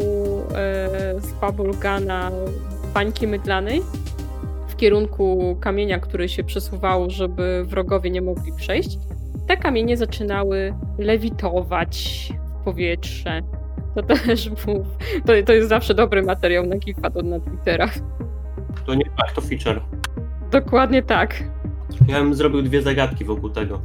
e, z bubble guna bańki mydlanej w kierunku kamienia, który się przesuwał, żeby wrogowie nie mogli przejść, te kamienie zaczynały lewitować w powietrze. To też był, to, to jest zawsze dobry materiał na gifa do na Twittera. To nie tak, to feature. Dokładnie tak. Ja bym zrobił dwie zagadki wokół tego.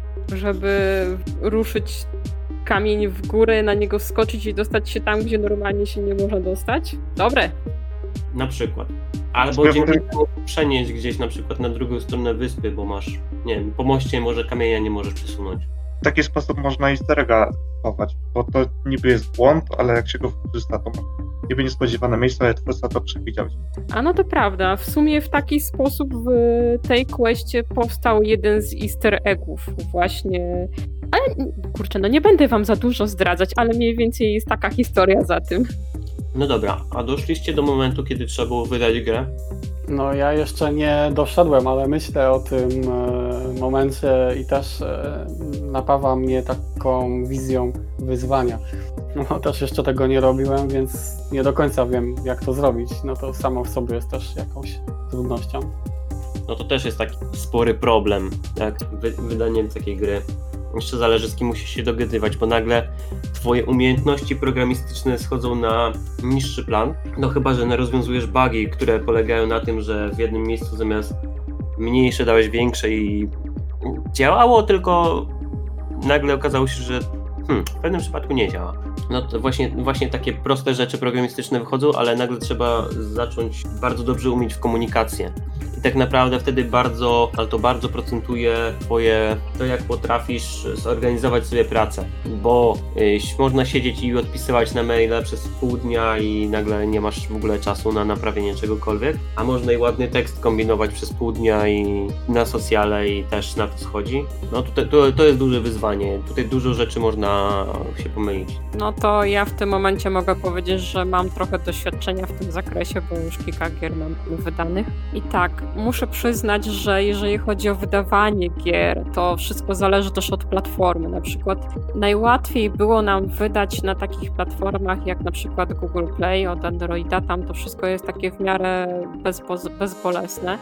Żeby ruszyć kamień w górę, na niego wskoczyć i dostać się tam, gdzie normalnie się nie można dostać. Dobre. Na przykład. Albo dzięki temu przenieść gdzieś na przykład na drugą stronę wyspy, bo masz, nie wiem, po moście może kamienia nie możesz przesunąć. W taki sposób można easter egga chować, bo to niby jest błąd, ale jak się go wykorzysta, to niby niespodziewane miejsce, ale twórca to przewidział. A no to prawda, w sumie w taki sposób w tej questie powstał jeden z easter eggów właśnie, ale kurczę, no nie będę wam za dużo zdradzać, ale mniej więcej jest taka historia za tym. No dobra, a doszliście do momentu, kiedy trzeba było wydać grę? No ja jeszcze nie doszedłem, ale myślę o tym e, momencie i też e, napawa mnie taką wizją wyzwania. No też jeszcze tego nie robiłem, więc nie do końca wiem, jak to zrobić. No to samo w sobie jest też jakąś trudnością. No to też jest taki spory problem, jak wy- wydaniem takiej gry. Jeszcze zależy, z kim musisz się dogadywać, bo nagle twoje umiejętności programistyczne schodzą na niższy plan. No chyba, że rozwiązujesz bugi, które polegają na tym, że w jednym miejscu zamiast mniejsze dałeś większe i działało, tylko nagle okazało się, że hmm, w pewnym przypadku nie działa. No to właśnie, właśnie takie proste rzeczy programistyczne wychodzą, ale nagle trzeba zacząć bardzo dobrze umieć w komunikację. I tak naprawdę wtedy bardzo, ale to bardzo procentuje twoje, to jak potrafisz zorganizować sobie pracę, bo y, można siedzieć i odpisywać na maile przez pół dnia i nagle nie masz w ogóle czasu na naprawienie czegokolwiek, a można i ładny tekst kombinować przez pół dnia i na socjale i też na to schodzi. No tutaj, to, to jest duże wyzwanie, tutaj dużo rzeczy można się pomylić. No to ja w tym momencie mogę powiedzieć, że mam trochę doświadczenia w tym zakresie, bo już kilka gier mam wydanych. I tak, muszę przyznać, że jeżeli chodzi o wydawanie gier, to wszystko zależy też od platformy. Na przykład najłatwiej było nam wydać na takich platformach jak na przykład Google Play od Androida, tam to wszystko jest takie w miarę bezbo- bezbolesne.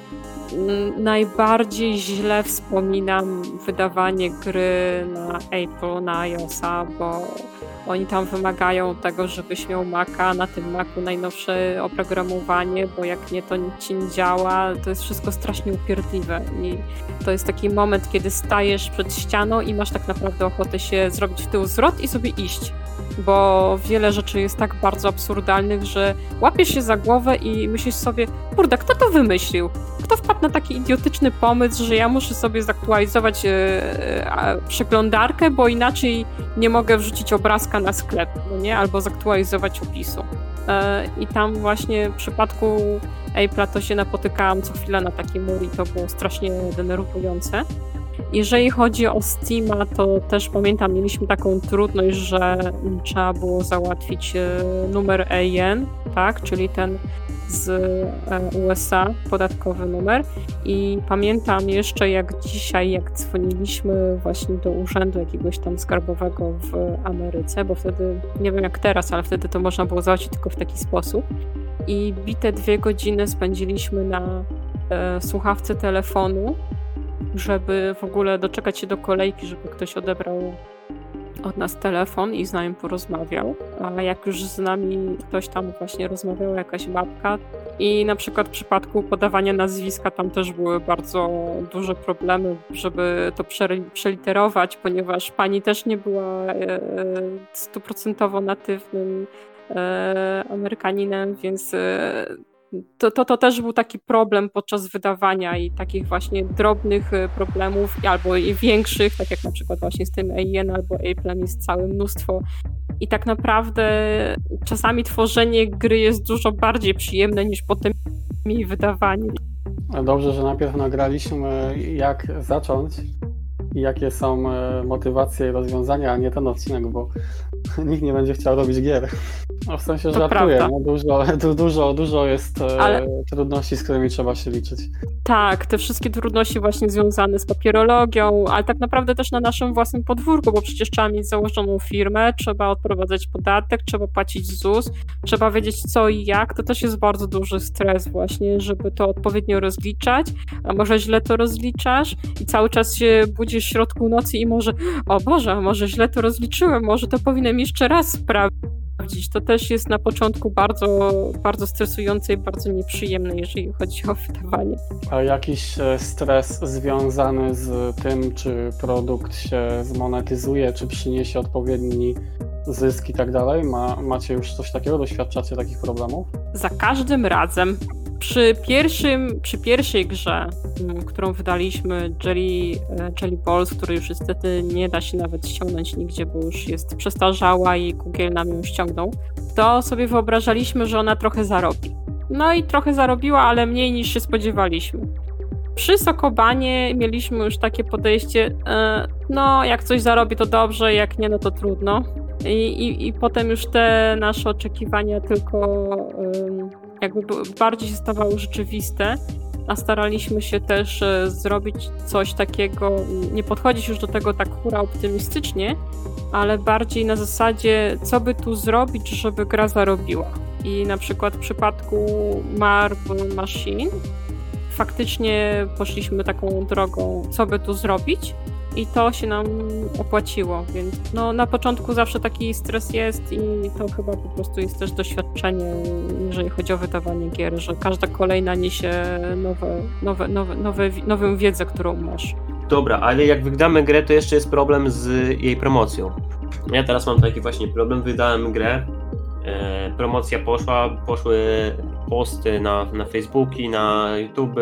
Najbardziej źle wspominam wydawanie gry na Apple, na iOS-a, bo oni tam wymagają tego, żebyś miał Maca, na tym Macu najnowsze oprogramowanie, bo jak nie, to nic ci nie działa. To jest wszystko strasznie upierdliwe i to jest taki moment, kiedy stajesz przed ścianą i masz tak naprawdę ochotę się zrobić w tył zwrot i sobie iść. Bo wiele rzeczy jest tak bardzo absurdalnych, że łapiesz się za głowę i myślisz sobie, kurde, kto to wymyślił? Kto wpadł na taki idiotyczny pomysł, że ja muszę sobie zaktualizować e, e, przeglądarkę, bo inaczej nie mogę wrzucić obrazka na sklep, no nie? Albo zaktualizować opisu. E, I tam właśnie w przypadku Apple'a to się napotykałam co chwila na taki mur i to było strasznie denerwujące. Jeżeli chodzi o Steama, to też pamiętam, mieliśmy taką trudność, że trzeba było załatwić numer E I N, tak, czyli ten z U S A, podatkowy numer. I pamiętam jeszcze jak dzisiaj, jak dzwoniliśmy właśnie do urzędu jakiegoś tam skarbowego w Ameryce, bo wtedy, nie wiem jak teraz, ale wtedy to można było załatwić tylko w taki sposób. I bite dwie godziny spędziliśmy na e, słuchawce telefonu, żeby w ogóle doczekać się do kolejki, żeby ktoś odebrał od nas telefon i z nami porozmawiał. A jak już z nami ktoś tam właśnie rozmawiał, jakaś babka. I na przykład w przypadku podawania nazwiska tam też były bardzo duże problemy, żeby to przeliterować, ponieważ pani też nie była stuprocentowo natywnym e, Amerykaninem, więc e, To, to, to też był taki problem podczas wydawania i takich właśnie drobnych problemów, albo i większych, tak jak na przykład właśnie z tym E I N albo Apple'em jest całe mnóstwo. I tak naprawdę czasami tworzenie gry jest dużo bardziej przyjemne niż potem jej wydawanie. Dobrze, że najpierw nagraliśmy jak zacząć i jakie są motywacje i rozwiązania, a nie ten odcinek, bo nikt nie będzie chciał robić gier. No w sensie To żartuję, prawda. no dużo, du, dużo, dużo jest Ale... e, trudności, z którymi trzeba się liczyć. Tak, te wszystkie trudności właśnie związane z papierologią, ale tak naprawdę też na naszym własnym podwórku, bo przecież trzeba mieć założoną firmę, trzeba odprowadzać podatek, trzeba płacić Z U S, trzeba wiedzieć co i jak, to też jest bardzo duży stres właśnie, żeby to odpowiednio rozliczać, a może źle to rozliczasz i cały czas się budzisz w środku nocy i może, o Boże, a może źle to rozliczyłem, może to powinienem jeszcze raz sprawdzić. To też jest na początku bardzo, bardzo stresujące i bardzo nieprzyjemne, jeżeli chodzi o wydawanie. A jakiś stres związany z tym, czy produkt się zmonetyzuje, czy przyniesie odpowiedni zysk i tak dalej? Ma, macie już coś takiego? Doświadczacie takich problemów? Za każdym razem. Przy, pierwszym, przy pierwszej grze, którą wydaliśmy, Jelly, Jelly Balls, której już niestety nie da się nawet ściągnąć nigdzie, bo już jest przestarzała i Google nam ją ściągnął, to sobie wyobrażaliśmy, że ona trochę zarobi. No i trochę zarobiła, ale mniej niż się spodziewaliśmy. Przy Sokobanie mieliśmy już takie podejście, e, no jak coś zarobi to dobrze, jak nie no to trudno. I, i, i potem już te nasze oczekiwania tylko um, jakby bardziej się stawały rzeczywiste, a staraliśmy się też e, zrobić coś takiego, nie podchodzić już do tego tak hura optymistycznie, ale bardziej na zasadzie, co by tu zrobić, żeby gra zarobiła. I na przykład w przypadku Marble Machine faktycznie poszliśmy taką drogą, co by tu zrobić, i to się nam opłaciło, więc no, na początku zawsze taki stres jest i to chyba po prostu jest też doświadczenie, jeżeli chodzi o wydawanie gier, że każda kolejna niesie nowe, nowe, nowe, nowe, nową wiedzę, którą masz. Dobra, ale jak wydamy grę, to jeszcze jest problem z jej promocją. Ja teraz mam taki właśnie problem, wydałem grę, e, promocja poszła, poszły posty na, na Facebooki, na YouTube,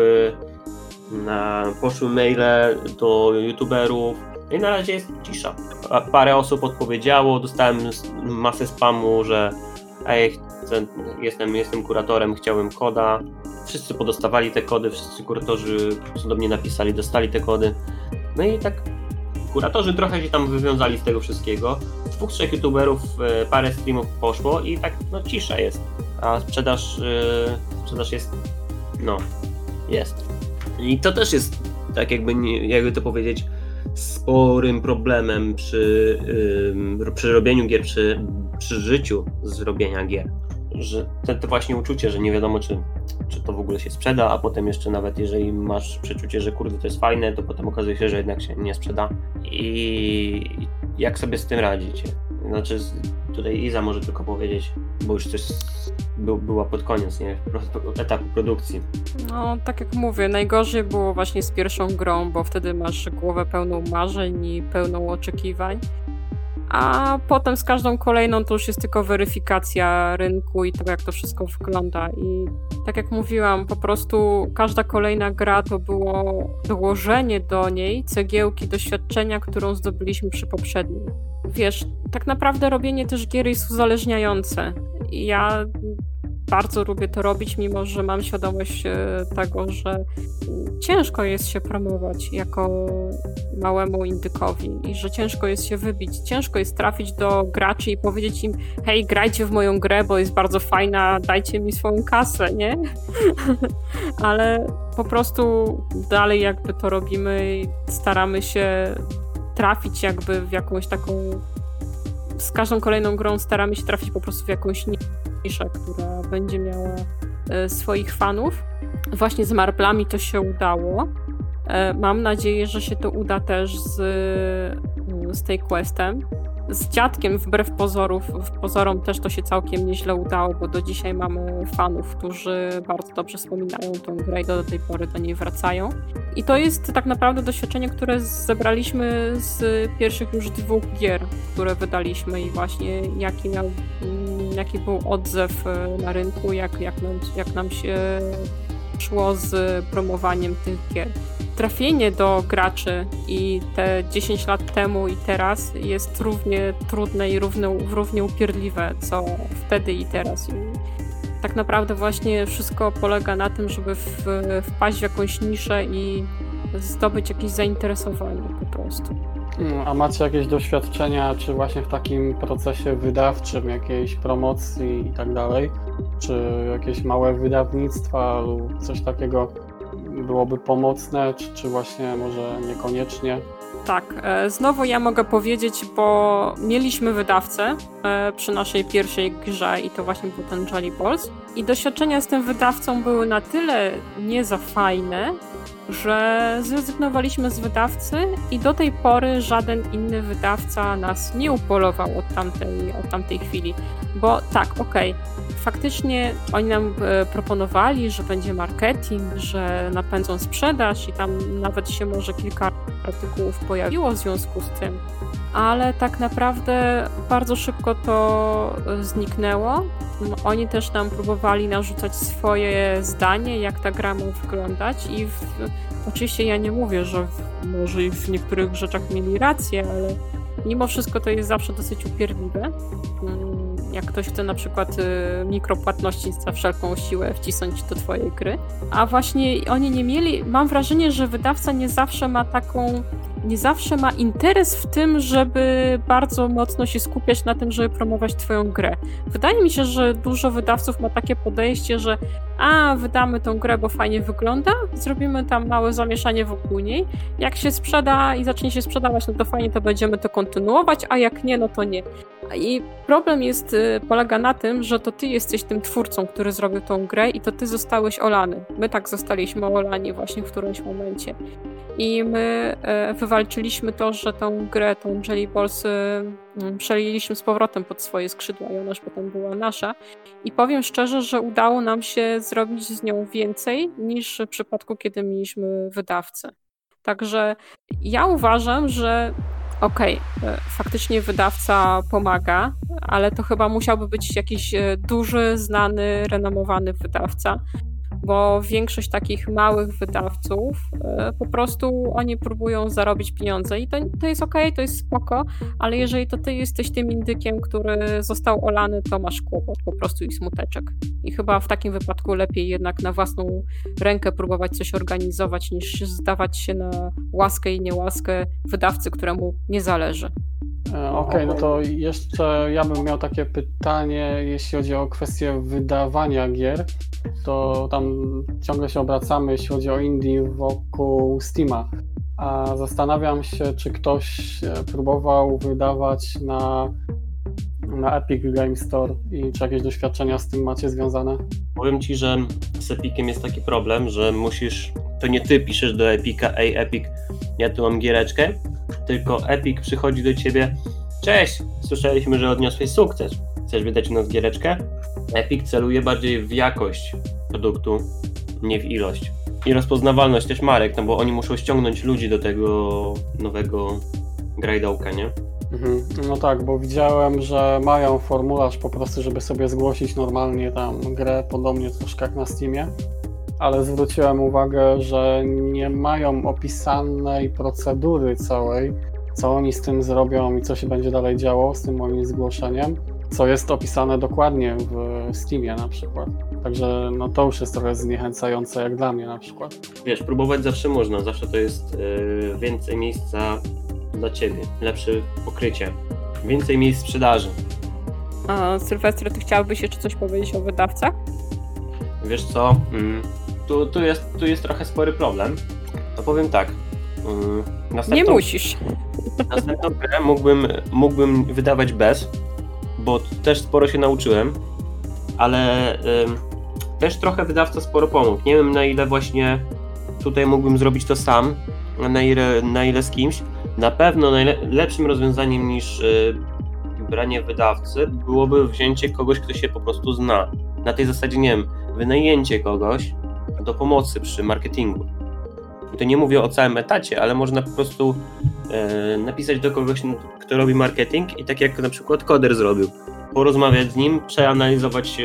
na, poszły maile do youtuberów i na razie jest cisza. A parę osób odpowiedziało, dostałem masę spamu, że ej, chcę, jestem, jestem kuratorem, chciałem koda. Wszyscy podostawali te kody, wszyscy kuratorzy, co do mnie napisali, dostali te kody. No i tak kuratorzy trochę się tam wywiązali z tego wszystkiego. Dwóch, trzech youtuberów, parę streamów poszło i tak no cisza jest. A sprzedaż, yy, sprzedaż jest, no, jest. I to też jest, tak jakby, nie, jakby to powiedzieć, sporym problemem przy, yy, przy robieniu gier, przy, przy życiu z robienia gier. Że to, to właśnie uczucie, że nie wiadomo, czy, czy to w ogóle się sprzeda, a potem jeszcze nawet jeżeli masz przeczucie, że kurde to jest fajne, to potem okazuje się, że jednak się nie sprzeda. I jak sobie z tym radzicie? Znaczy, tutaj Iza może tylko powiedzieć, bo już coś by, była pod koniec, nie? Etapu produkcji. No, tak jak mówię, najgorzej było właśnie z pierwszą grą, bo wtedy masz głowę pełną marzeń i pełną oczekiwań. A potem z każdą kolejną to już jest tylko weryfikacja rynku i tego, jak to wszystko wygląda. I tak jak mówiłam, po prostu każda kolejna gra to było dołożenie do niej cegiełki doświadczenia, którą zdobyliśmy przy poprzedniej. Wiesz, tak naprawdę robienie też gier jest uzależniające. I ja bardzo lubię to robić, mimo że mam świadomość tego, że ciężko jest się promować jako małemu indykowi i że ciężko jest się wybić, ciężko jest trafić do graczy i powiedzieć im: hej, grajcie w moją grę, bo jest bardzo fajna, dajcie mi swoją kasę, nie? Ale po prostu dalej jakby to robimy i staramy się trafić jakby w jakąś taką... Z każdą kolejną grą staramy się trafić po prostu w jakąś niszę, która będzie miała e, swoich fanów. Właśnie z Marblami to się udało. E, mam nadzieję, że się to uda też z, z tej questem. Z Dziadkiem wbrew pozorów, pozorom też to się całkiem nieźle udało, bo do dzisiaj mamy fanów, którzy bardzo dobrze wspominają tą grę i do tej pory do niej wracają. I to jest tak naprawdę doświadczenie, które zebraliśmy z pierwszych już dwóch gier, które wydaliśmy i właśnie jaki miał, jaki był odzew na rynku, jak, jak, nam, jak nam się szło z promowaniem tych gier. Trafienie do graczy i te dziesięć lat temu i teraz jest równie trudne i równie, równie upierdliwe, co wtedy i teraz. I tak naprawdę właśnie wszystko polega na tym, żeby w, wpaść w jakąś niszę i zdobyć jakieś zainteresowanie po prostu. A macie jakieś doświadczenia, czy właśnie w takim procesie wydawczym, jakiejś promocji i tak dalej? Czy jakieś małe wydawnictwa lub coś takiego byłoby pomocne, czy, czy właśnie może niekoniecznie? Tak, znowu ja mogę powiedzieć, bo mieliśmy wydawcę przy naszej pierwszej grze i to właśnie był ten Jelly Balls. I doświadczenia z tym wydawcą były na tyle nie za fajne, że zrezygnowaliśmy z wydawcy i do tej pory żaden inny wydawca nas nie upolował od tamtej, od tamtej chwili. Bo tak, okej, okay, faktycznie oni nam e, proponowali, że będzie marketing, że napędzą sprzedaż i tam nawet się może kilka artykułów pojawiło w związku z tym, ale tak naprawdę bardzo szybko to zniknęło. Oni też nam próbowali narzucać swoje zdanie, jak ta gra ma wyglądać i w, oczywiście ja nie mówię, że w, może i w niektórych rzeczach mieli rację, ale mimo wszystko to jest zawsze dosyć upierdliwe. Jak ktoś chce na przykład mikropłatności za wszelką siłę wcisnąć do twojej gry. A właśnie oni nie mieli, mam wrażenie, że wydawca nie zawsze ma taką, nie zawsze ma interes w tym, żeby bardzo mocno się skupiać na tym, żeby promować twoją grę. Wydaje mi się, że dużo wydawców ma takie podejście, że a, wydamy tą grę, bo fajnie wygląda, zrobimy tam małe zamieszanie wokół niej. Jak się sprzeda i zacznie się sprzedawać, no to fajnie, to będziemy to kontynuować, a jak nie, no to nie. I problem jest, polega na tym, że to ty jesteś tym twórcą, który zrobił tą grę i to ty zostałeś olany. My tak zostaliśmy olani właśnie w którymś momencie. I my e, wywalczyliśmy to, że tą grę, tą Jelly Balls e, przeliliśmy z powrotem pod swoje skrzydła i ona już potem była nasza. I powiem szczerze, że udało nam się zrobić z nią więcej niż w przypadku, kiedy mieliśmy wydawcę. Także ja uważam, że okej, okay, faktycznie wydawca pomaga, ale to chyba musiałby być jakiś duży, znany, renomowany wydawca, bo większość takich małych wydawców po prostu oni próbują zarobić pieniądze i to, to jest okej, okay, to jest spoko, ale jeżeli to ty jesteś tym indykiem, który został olany, to masz kłopot po prostu i smuteczek. I chyba w takim wypadku lepiej jednak na własną rękę próbować coś organizować, niż zdawać się na łaskę i niełaskę wydawcy, któremu nie zależy. Okej, okay, no to jeszcze ja bym miał takie pytanie, jeśli chodzi o kwestię wydawania gier, to tam ciągle się obracamy, jeśli chodzi o indie, wokół Steama. A zastanawiam się, czy ktoś próbował wydawać na, na Epic Game Store i czy jakieś doświadczenia z tym macie związane? Powiem ci, że z Epiciem jest taki problem, że musisz, to nie ty piszesz do Epica, ej Epic, ja tu mam giereczkę, tylko Epic przychodzi do ciebie, Cześć! Słyszeliśmy, że odniosłeś sukces. Chcesz wydać u nas giereczkę? Epic celuje bardziej w jakość produktu, nie w ilość. I rozpoznawalność też marek, no bo oni muszą ściągnąć ludzi do tego nowego grajdołka, nie? Mhm. No tak, bo widziałem, że mają formularz po prostu, żeby sobie zgłosić normalnie tam grę, podobnie troszkę jak na Steamie, ale zwróciłem uwagę, że nie mają opisanej procedury całej, co oni z tym zrobią i co się będzie dalej działo z tym moim zgłoszeniem, co jest opisane dokładnie w Steamie na przykład. Także no to już jest trochę zniechęcające jak dla mnie na przykład. Wiesz, próbować zawsze można, zawsze to jest yy, więcej miejsca dla ciebie, lepsze pokrycie, więcej miejsc sprzedaży. A Sylwester, ty chciałbyś jeszcze coś powiedzieć o wydawcach? Wiesz co, mm, tu, tu, jest, tu jest trochę spory problem. To powiem tak. Mm, następną, Nie musisz. Następną grę mógłbym, mógłbym wydawać bez, bo też sporo się nauczyłem, ale ym, też trochę wydawca sporo pomógł. Nie wiem, na ile właśnie tutaj mógłbym zrobić to sam, na ile, na ile z kimś. Na pewno najlepszym rozwiązaniem niż y, branie wydawcy byłoby wzięcie kogoś, kto się po prostu zna. Na tej zasadzie, nie wiem, wynajęcie kogoś do pomocy przy marketingu. I to nie mówię o całym etacie, ale można po prostu y, napisać do kogoś, kto robi marketing i tak jak na przykład Koder zrobił. Porozmawiać z nim, przeanalizować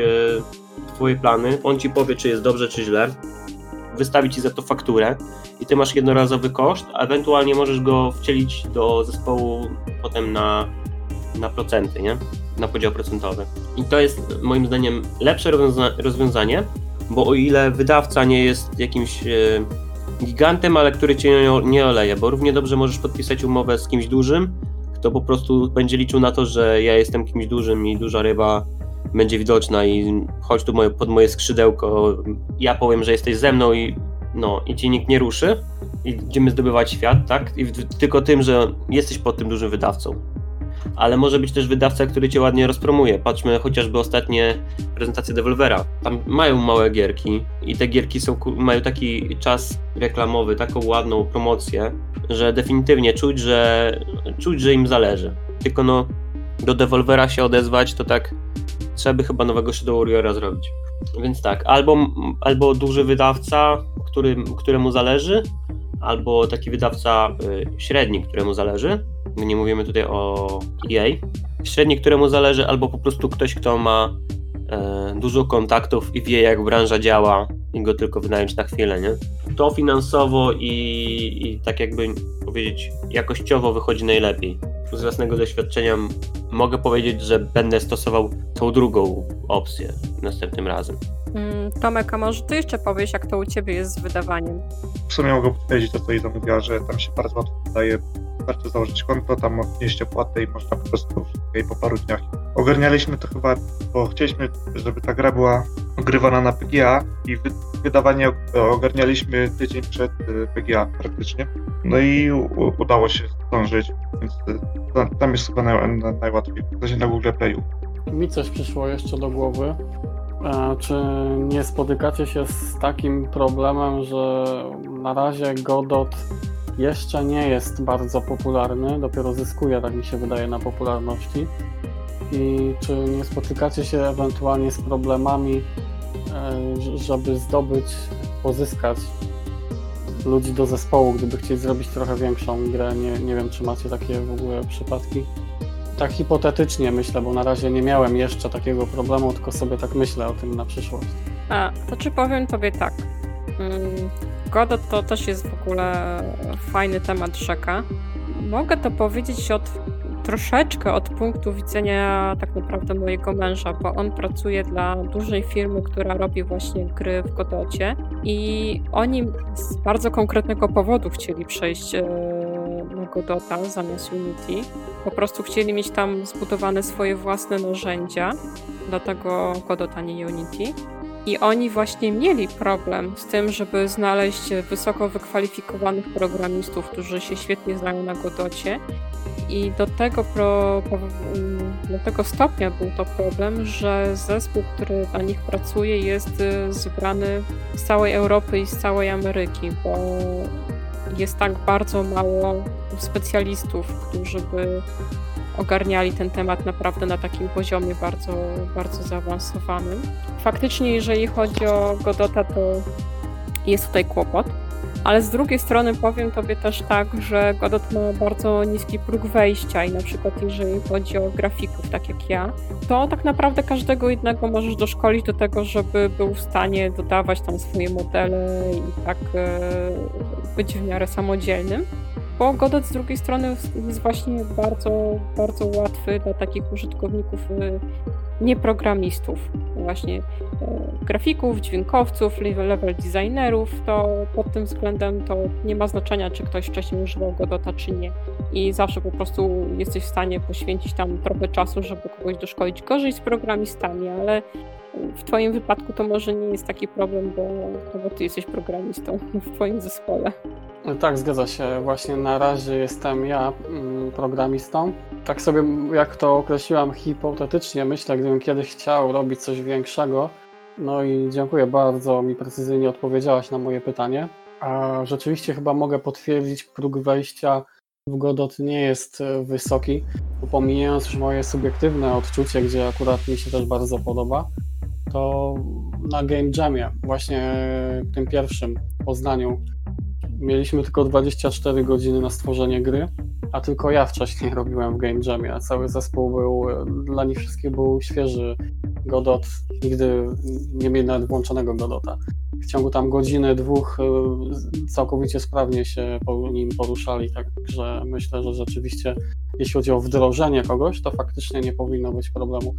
y, twoje plany, on ci powie, czy jest dobrze, czy źle, wystawi ci za to fakturę i ty masz jednorazowy koszt, a ewentualnie możesz go wcielić do zespołu potem na, na procenty, nie? Na podział procentowy. I to jest moim zdaniem lepsze rozwiąza- rozwiązanie, bo o ile wydawca nie jest jakimś e, gigantem, ale który cię nie, nie oleje, bo równie dobrze możesz podpisać umowę z kimś dużym, kto po prostu będzie liczył na to, że ja jestem kimś dużym i duża ryba będzie widoczna i chodź tu moje, pod moje skrzydełko, ja powiem, że jesteś ze mną i no i ci nikt nie ruszy i idziemy zdobywać świat, tak? I w, tylko tym, że jesteś pod tym dużym wydawcą. Ale może być też wydawca, który cię ładnie rozpromuje. Patrzmy chociażby ostatnie prezentacje Devolvera. Tam mają małe gierki i te gierki są, mają taki czas reklamowy, taką ładną promocję, że definitywnie czuć, że czuć, że im zależy. Tylko no do Devolvera się odezwać, to tak trzeba by chyba nowego Shadow Warriora zrobić. Więc tak, albo, albo duży wydawca, który, któremu zależy, albo taki wydawca y, średni, któremu zależy. My nie mówimy tutaj o E A. Średni, któremu zależy, albo po prostu ktoś, kto ma y, dużo kontaktów i wie, jak branża działa i go tylko wynająć na chwilę, nie? To finansowo i, i tak jakby powiedzieć jakościowo wychodzi najlepiej. Z własnego doświadczenia mogę powiedzieć, że będę stosował tą drugą opcję następnym razem. Tomek, a może ty jeszcze powiesz, jak to u ciebie jest z wydawaniem? W sumie mogę potwierdzić to, co Iza mówiła, że tam się bardzo łatwo wydaje. Wystarczy założyć konto, tam odnieść opłatę i można po prostu po paru dniach. Ogarnialiśmy to chyba, bo chcieliśmy, żeby ta gra była ogrywana na P G A i wy- wydawanie ogarnialiśmy tydzień przed P G A praktycznie. No i u- udało się zdążyć, więc tam jest chyba naj- naj- najłatwiej. To się na Google Playu. Mi coś przyszło jeszcze do głowy. E, czy nie spotykacie się z takim problemem, że na razie Godot jeszcze nie jest bardzo popularny, dopiero zyskuje, tak mi się wydaje, na popularności? I czy nie spotykacie się ewentualnie z problemami, e, żeby zdobyć, pozyskać ludzi do zespołu, gdyby chcieli zrobić trochę większą grę? Nie, nie wiem, czy macie takie w ogóle przypadki? Tak hipotetycznie myślę, bo na razie nie miałem jeszcze takiego problemu, tylko sobie tak myślę o tym na przyszłość. A, to czy powiem tobie tak. Godot to też jest w ogóle fajny temat rzeka. Mogę to powiedzieć od troszeczkę od punktu widzenia tak naprawdę mojego męża, bo on pracuje dla dużej firmy, która robi właśnie gry w Godocie i oni z bardzo konkretnego powodu chcieli przejść na Godota zamiast Unity. Po prostu chcieli mieć tam zbudowane swoje własne narzędzia, dlatego Godot, a nie Unity. I oni właśnie mieli problem z tym, żeby znaleźć wysoko wykwalifikowanych programistów, którzy się świetnie znają na Godocie. I do tego, pro, do tego stopnia był to problem, że zespół, który dla nich pracuje, jest zebrany z całej Europy i z całej Ameryki, bo jest tak bardzo mało specjalistów, którzy by ogarniali ten temat naprawdę na takim poziomie bardzo, bardzo zaawansowanym. Faktycznie, jeżeli chodzi o Godota, to jest tutaj kłopot, ale z drugiej strony powiem Tobie też tak, że Godot ma bardzo niski próg wejścia i na przykład jeżeli chodzi o grafików, tak jak ja, to tak naprawdę każdego jednego możesz doszkolić do tego, żeby był w stanie dodawać tam swoje modele i tak e, być w miarę samodzielnym. Bo Godot z drugiej strony jest właśnie bardzo, bardzo łatwy dla takich użytkowników nieprogramistów, właśnie grafików, dźwiękowców, level designerów, to pod tym względem to nie ma znaczenia, czy ktoś wcześniej używał Godota, czy nie. I zawsze po prostu jesteś w stanie poświęcić tam trochę czasu, żeby kogoś doszkolić. Gorzej z programistami, ale w Twoim wypadku to może nie jest taki problem, bo, bo Ty jesteś programistą w Twoim zespole. Tak, zgadza się. Właśnie na razie jestem ja mm, programistą. Tak sobie, jak to określiłam hipotetycznie, myślę, gdybym kiedyś chciał robić coś większego. No i dziękuję bardzo, mi precyzyjnie odpowiedziałaś na moje pytanie. A rzeczywiście chyba mogę potwierdzić, próg wejścia w Godot nie jest wysoki, pomijając już moje subiektywne odczucie, gdzie akurat mi się też bardzo podoba. To na Game Jamie, właśnie tym pierwszym w Poznaniu, mieliśmy tylko dwadzieścia cztery godziny na stworzenie gry, a tylko ja wcześniej robiłem w Game Jamie, a cały zespół był, dla nich wszystkich był świeży Godot, nigdy nie mieli nawet włączonego Godota. W ciągu tam godziny, dwóch całkowicie sprawnie się po nim poruszali, także myślę, że rzeczywiście jeśli chodzi o wdrożenie kogoś, to faktycznie nie powinno być problemu.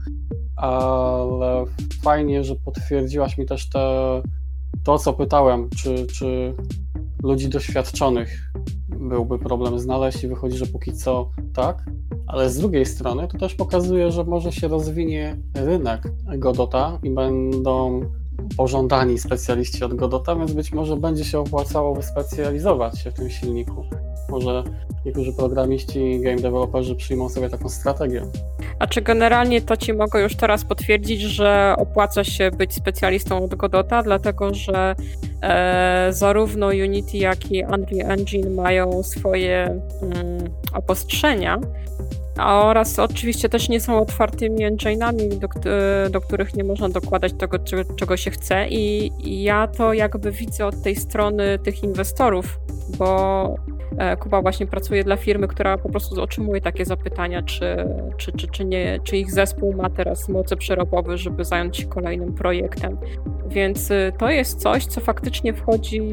Ale fajnie, że potwierdziłaś mi też te, to, co pytałem, czy, czy ludzi doświadczonych byłby problem znaleźć i wychodzi, że póki co tak, ale z drugiej strony to też pokazuje, że może się rozwinie rynek Godota i będą pożądani specjaliści od Godota, więc być może będzie się opłacało wyspecjalizować się w tym silniku. Może niektórzy programiści i game developerzy przyjmą sobie taką strategię. A czy generalnie to Ci mogę już teraz potwierdzić, że opłaca się być specjalistą od Godota, dlatego że e, zarówno Unity, jak i Unreal Engine mają swoje mm, obostrzenia, a oraz oczywiście też nie są otwartymi engine'ami, do, do których nie można dokładać tego, czego, czego się chce i, i ja to jakby widzę od tej strony tych inwestorów, bo Kuba właśnie pracuje dla firmy, która po prostu otrzymuje takie zapytania, czy, czy, czy, czy, nie, czy ich zespół ma teraz moce przerobowe, żeby zająć się kolejnym projektem. Więc to jest coś, co faktycznie wchodzi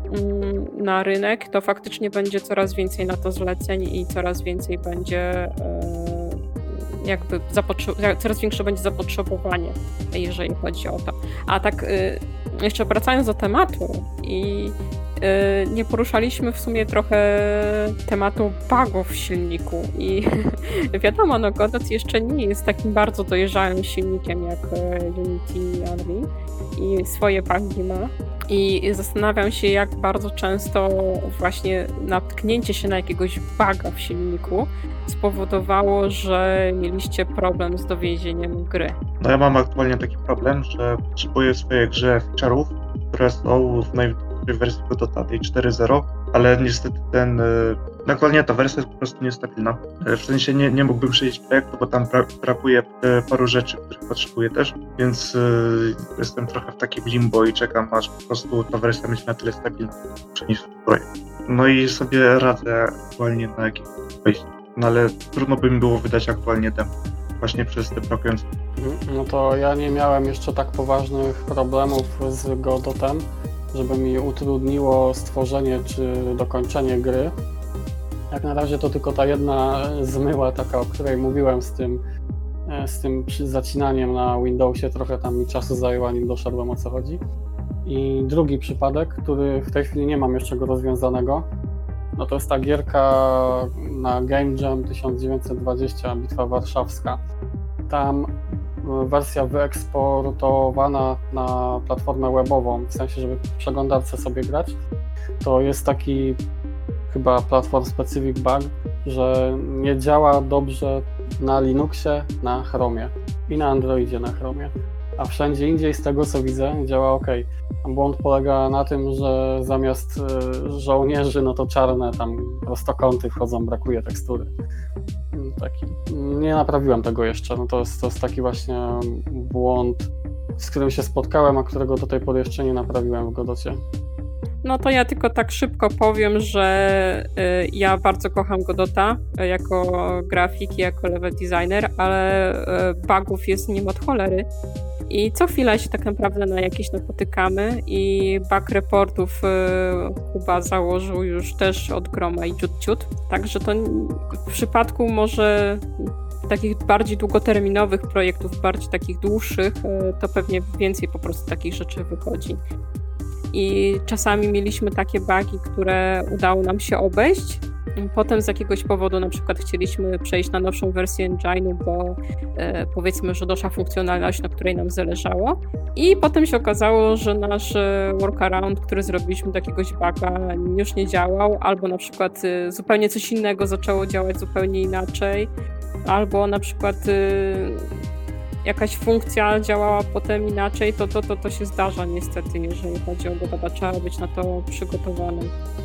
na rynek, to faktycznie będzie coraz więcej na to zleceń i coraz więcej będzie jakby zapotrze- coraz większe będzie zapotrzebowanie, jeżeli chodzi o to. A tak jeszcze wracając do tematu i nie poruszaliśmy w sumie trochę tematu bugów w silniku i wiadomo, no Godot jeszcze nie jest takim bardzo dojrzałym silnikiem jak Unity i Unreal i swoje bugi ma i zastanawiam się, jak bardzo często właśnie natknięcie się na jakiegoś buga w silniku spowodowało, że mieliście problem z dowiezieniem gry. No ja mam aktualnie taki problem, że potrzebuję w swojej grze feature'ów, które są w najwyższej wersji Godota, tej cztery zero, ale niestety ten, aktualnie ta wersja jest po prostu niestabilna. W sensie nie, nie mógłbym przejść projektu, bo tam bra- brakuje paru rzeczy, których potrzebuję też, więc y, jestem trochę w takim limbo i czekam, aż po prostu ta wersja będzie na tyle stabilna, niż projekt. No i sobie radzę aktualnie na jakimś wejściu, no ale trudno by mi było wydać aktualnie demo, właśnie przez te brakujące. No to ja nie miałem jeszcze tak poważnych problemów z Godotem, żeby mi utrudniło stworzenie czy dokończenie gry. Jak na razie to tylko ta jedna zmyła taka, o której mówiłem z tym, z tym zacinaniem na Windowsie, trochę tam mi czasu zajęło, nim doszedłem, o co chodzi. I drugi przypadek, który w tej chwili nie mam jeszcze go rozwiązanego, no to jest ta gierka na Game Jam tysiąc dziewięćset dwadzieścia, Bitwa Warszawska. Tam wersja wyeksportowana na platformę webową, w sensie, żeby w przeglądarce sobie grać, to jest taki chyba platform specific bug, że nie działa dobrze na Linuxie, na Chromie i na Androidzie na Chromie, a wszędzie indziej z tego co widzę działa ok. Błąd polega na tym, że zamiast żołnierzy, no to czarne tam prostokąty wchodzą, brakuje tekstury. taki. Nie naprawiłem tego jeszcze, no to jest, to jest taki właśnie błąd, z którym się spotkałem, a którego do tej pory jeszcze nie naprawiłem w Godocie. No to ja tylko tak szybko powiem, że y, ja bardzo kocham Godota y, jako grafik i jako level designer, ale y, bugów jest w nim od cholery. I co chwila się tak naprawdę na jakieś napotykamy i bug reportów y, Kuba założył już też od groma i ciut ciut. Także to w przypadku może takich bardziej długoterminowych projektów, bardziej takich dłuższych, y, to pewnie więcej po prostu takich rzeczy wychodzi. I czasami mieliśmy takie bugi, które udało nam się obejść. Potem z jakiegoś powodu na przykład chcieliśmy przejść na nowszą wersję engine'u, bo e, powiedzmy, że doszła funkcjonalność, na której nam zależało. I potem się okazało, że nasz workaround, który zrobiliśmy do jakiegoś buga, już nie działał, albo na przykład e, zupełnie coś innego zaczęło działać zupełnie inaczej, albo na przykład e, jakaś funkcja działała potem inaczej, to to, to to się zdarza niestety, jeżeli chodzi o Godota, trzeba być na to przygotowany.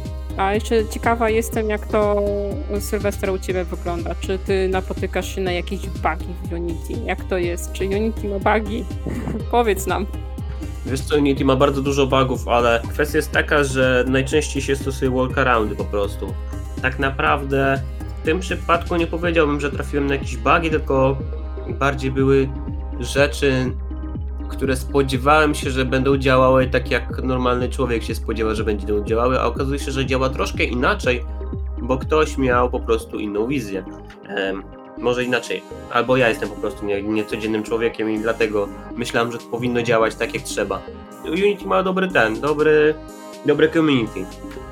A jeszcze ciekawa jestem, jak to, Sylwester, u Ciebie wygląda. Czy Ty napotykasz się na jakieś bugi w Unity? Jak to jest? Czy Unity ma bugi? Powiedz nam. Wiesz co, Unity ma bardzo dużo bugów, ale kwestia jest taka, że najczęściej się stosuje workaroundy po prostu. Tak naprawdę w tym przypadku nie powiedziałbym, że trafiłem na jakieś bugi, tylko bardziej były rzeczy, które spodziewałem się, że będą działały tak jak normalny człowiek się spodziewa, że będą działały, a okazuje się, że działa troszkę inaczej, bo ktoś miał po prostu inną wizję. Ehm, może inaczej, albo ja jestem po prostu nie, niecodziennym człowiekiem i dlatego myślałem, że to powinno działać tak jak trzeba. Unity ma dobry ten, dobry, dobry community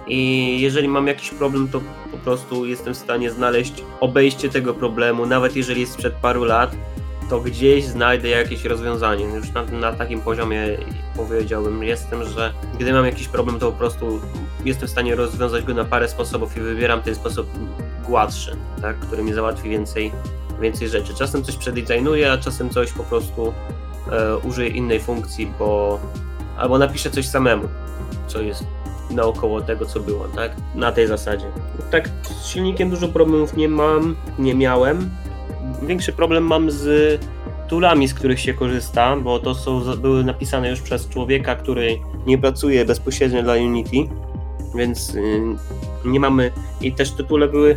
i jeżeli mam jakiś problem, to po prostu jestem w stanie znaleźć obejście tego problemu, nawet jeżeli jest sprzed paru lat, to gdzieś znajdę jakieś rozwiązanie. Już na, na takim poziomie powiedziałbym jestem, że gdy mam jakiś problem, to po prostu jestem w stanie rozwiązać go na parę sposobów i wybieram ten sposób gładszy, tak, który mi załatwi więcej, więcej rzeczy. Czasem coś przedesignuję, a czasem coś po prostu e, użyję innej funkcji, bo albo napiszę coś samemu, co jest naokoło tego, co było, tak? Na tej zasadzie. Tak, z silnikiem dużo problemów nie mam, nie miałem. Większy problem mam z toolami, z których się korzysta, bo to są, były napisane już przez człowieka, który nie pracuje bezpośrednio dla Unity, więc nie mamy, i też te toole były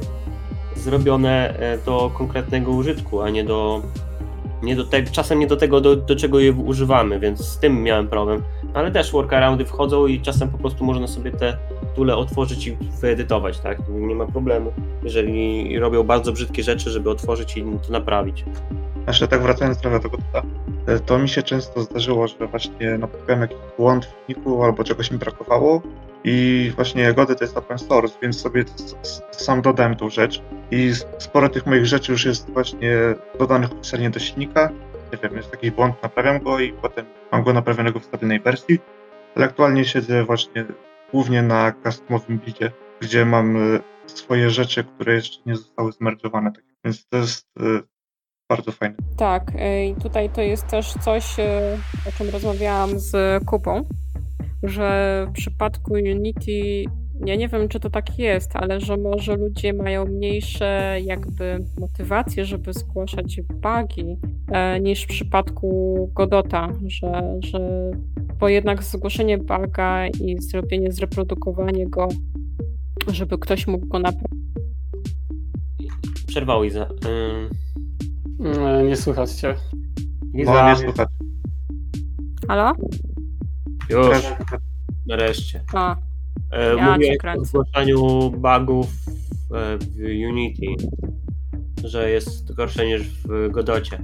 zrobione do konkretnego użytku, a nie do, nie do tego, czasem nie do tego, do, do czego je używamy, więc z tym miałem problem. Ale też workaroundy wchodzą i czasem po prostu można sobie te toole otworzyć i wyedytować, tak? Nie ma problemu, jeżeli robią bardzo brzydkie rzeczy, żeby otworzyć i to naprawić. Jeszcze tak wracając trochę do Godota, to mi się często zdarzyło, że właśnie napotkałem jakiś błąd w filmiku albo czegoś mi brakowało i właśnie Godot to jest open source, więc sobie sam dodałem tą rzecz i sporo tych moich rzeczy już jest właśnie dodanych oficjalnie do silnika. Nie wiem, jest jakiś błąd, naprawiam go i potem mam go naprawionego w stabilnej wersji, ale aktualnie siedzę właśnie głównie na customowym buildzie, gdzie mam swoje rzeczy, które jeszcze nie zostały zmerdżowane, więc to jest bardzo fajne. Tak, i tutaj to jest też coś, o czym rozmawiałam z Kubą, że w przypadku Unity, ja nie wiem, czy to tak jest, ale że może ludzie mają mniejsze jakby motywacje, żeby zgłaszać bugi, niż w przypadku Godota, że, że bo jednak zgłoszenie buga i zrobienie, zreprodukowanie go, żeby ktoś mógł go naprawić. Przerwał Iza. Nie, nie słychać cię. Iza. No, nie słychać. Halo? Już, nareszcie. A, E, ja mówię cię o kręcę. zgłaszaniu bugów e, w Unity, że jest gorsze niż w Godocie.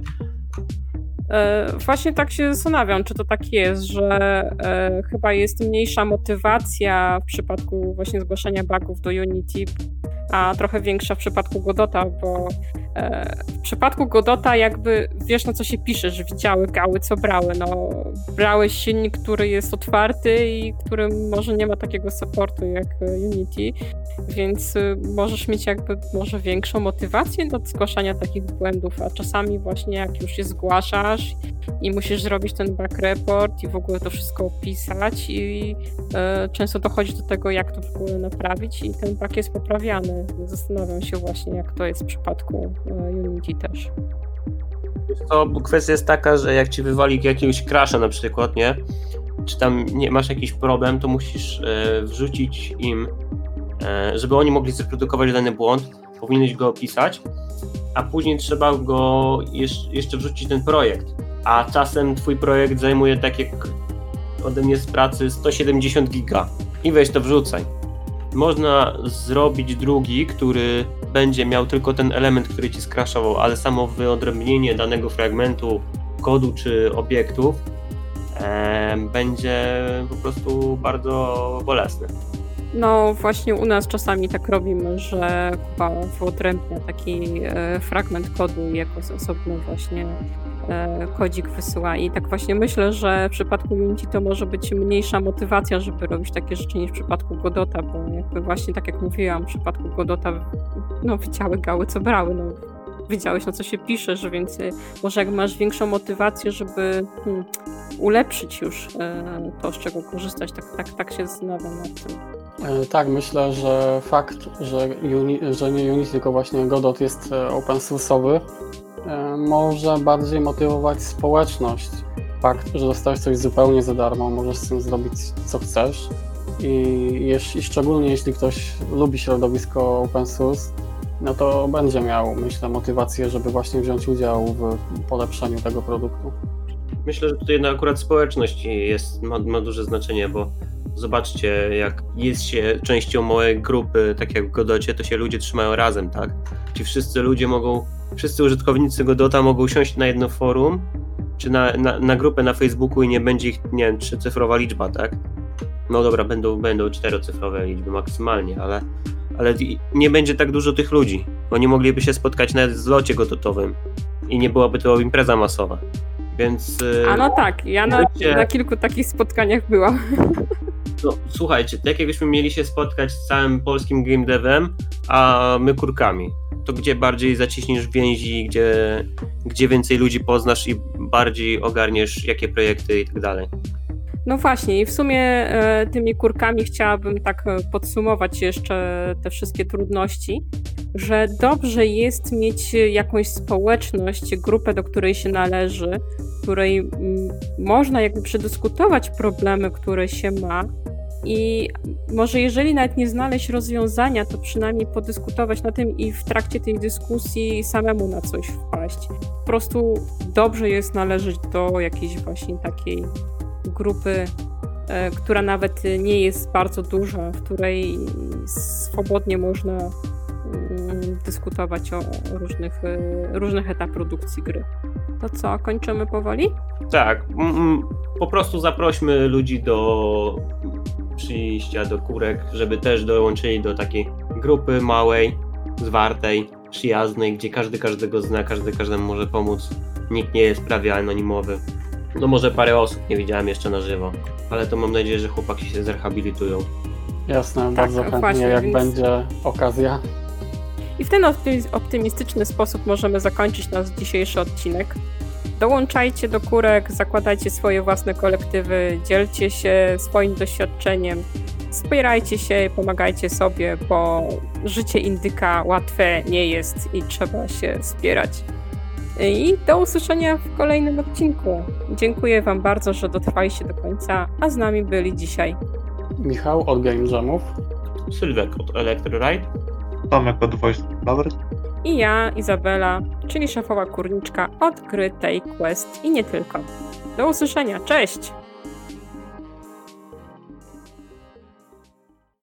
E, właśnie tak się zastanawiam, czy to tak jest, że e, chyba jest mniejsza motywacja w przypadku właśnie zgłaszania bugów do Unity, a trochę większa w przypadku Godota, bo e, w przypadku Godota jakby wiesz, na co się piszesz, widziały gały, co brały. No, brałeś silnik, który jest otwarty i który może nie ma takiego supportu jak Unity, więc y, możesz mieć jakby może większą motywację do zgłaszania takich błędów, a czasami właśnie jak już je zgłaszasz i musisz zrobić ten bug report i w ogóle to wszystko opisać i y, często dochodzi do tego, jak to w ogóle naprawić i ten bug jest poprawiany. Zastanawiam się właśnie, jak to jest w przypadku Unity też. To kwestia jest taka, że jak ci wywali jakiegoś crasha na przykład, nie? Czy tam nie masz jakiś problem, to musisz e, wrzucić im, e, żeby oni mogli zreprodukować dany błąd, powinieneś go opisać, a później trzeba go jesz, jeszcze wrzucić ten projekt. A czasem twój projekt zajmuje, tak jak ode mnie z pracy, sto siedemdziesiąt giga i weź to wrzucaj. Można zrobić drugi, który będzie miał tylko ten element, który ci skraszował, ale samo wyodrębnienie danego fragmentu kodu czy obiektów e, będzie po prostu bardzo bolesne. No właśnie u nas czasami tak robimy, że Kuba wyodrębnia taki e, fragment kodu i jako osobny właśnie e, kodzik wysyła. I tak właśnie myślę, że w przypadku Unity to może być mniejsza motywacja, żeby robić takie rzeczy niż w przypadku Godota, bo jakby właśnie tak jak mówiłam, w przypadku Godota no widziały gały co brały, no wiedziałeś na co się piszesz, więc może jak masz większą motywację, żeby hmm, ulepszyć już e, to, z czego korzystać, tak, tak, tak się zastanawiam nad tym. Tak, myślę, że fakt, że, Uni, że nie Unity, tylko właśnie Godot jest open source'owy, może bardziej motywować społeczność. Fakt, że dostajesz coś zupełnie za darmo, możesz z tym zrobić co chcesz i, i szczególnie jeśli ktoś lubi środowisko open source, no to będzie miał, myślę, motywację, żeby właśnie wziąć udział w polepszeniu tego produktu. Myślę, że tutaj akurat społeczność jest, ma, ma duże znaczenie, bo zobaczcie, jak jest się częścią małej grupy, tak jak w Godocie, to się ludzie trzymają razem, tak? Ci wszyscy ludzie mogą, wszyscy użytkownicy Godota mogą siąść na jedno forum, czy na, na, na grupę na Facebooku i nie będzie ich, nie wiem, trzycyfrowa liczba, tak? No dobra, będą, będą czterocyfrowe liczby maksymalnie, ale, ale nie będzie tak dużo tych ludzi. Oni mogliby się spotkać nawet w zlocie godotowym i nie byłaby to impreza masowa. Więc... A no tak, ja na, wiecie, na kilku takich spotkaniach byłam. No, słuchajcie, tak jakbyśmy mieli się spotkać z całym polskim game devem, a my kurkami, to gdzie bardziej zaciśniesz więzi, gdzie, gdzie więcej ludzi poznasz i bardziej ogarniesz jakie projekty i tak dalej. No właśnie i w sumie e, tymi kurkami chciałabym tak podsumować jeszcze te wszystkie trudności, że dobrze jest mieć jakąś społeczność, grupę, do której się należy, której m, można jakby przedyskutować problemy, które się ma i może jeżeli nawet nie znaleźć rozwiązania, to przynajmniej podyskutować na tym i w trakcie tej dyskusji samemu na coś wpaść. Po prostu dobrze jest należeć do jakiejś właśnie takiej grupy, e, która nawet nie jest bardzo duża, w której swobodnie można mm, dyskutować o, o różnych, e, różnych etapach produkcji gry. To co, kończymy powoli? Tak, mm, po prostu zaprośmy ludzi do przyjścia do kurek, żeby też dołączyli do takiej grupy małej, zwartej, przyjaznej, gdzie każdy każdego zna, każdy każdemu może pomóc. Nikt nie jest prawie anonimowy. No może parę osób nie widziałem jeszcze na żywo, ale to mam nadzieję, że chłopaki się zrehabilitują. Jasne, Tak, bardzo chętnie, właśnie, jak więc... będzie okazja. I w ten optymistyczny sposób możemy zakończyć nasz dzisiejszy odcinek. Dołączajcie do kurek, zakładajcie swoje własne kolektywy, dzielcie się swoim doświadczeniem, wspierajcie się, pomagajcie sobie, bo życie indyka łatwe nie jest i trzeba się wspierać. I do usłyszenia w kolejnym odcinku. Dziękuję wam bardzo, że dotrwaliście do końca, a z nami byli dzisiaj Michał od Game Jamów, Sylwek od Electroride, Tomek od Voice Flower i ja, Izabela, czyli szefowa kurniczka od gry Take Quest i nie tylko. Do usłyszenia, cześć!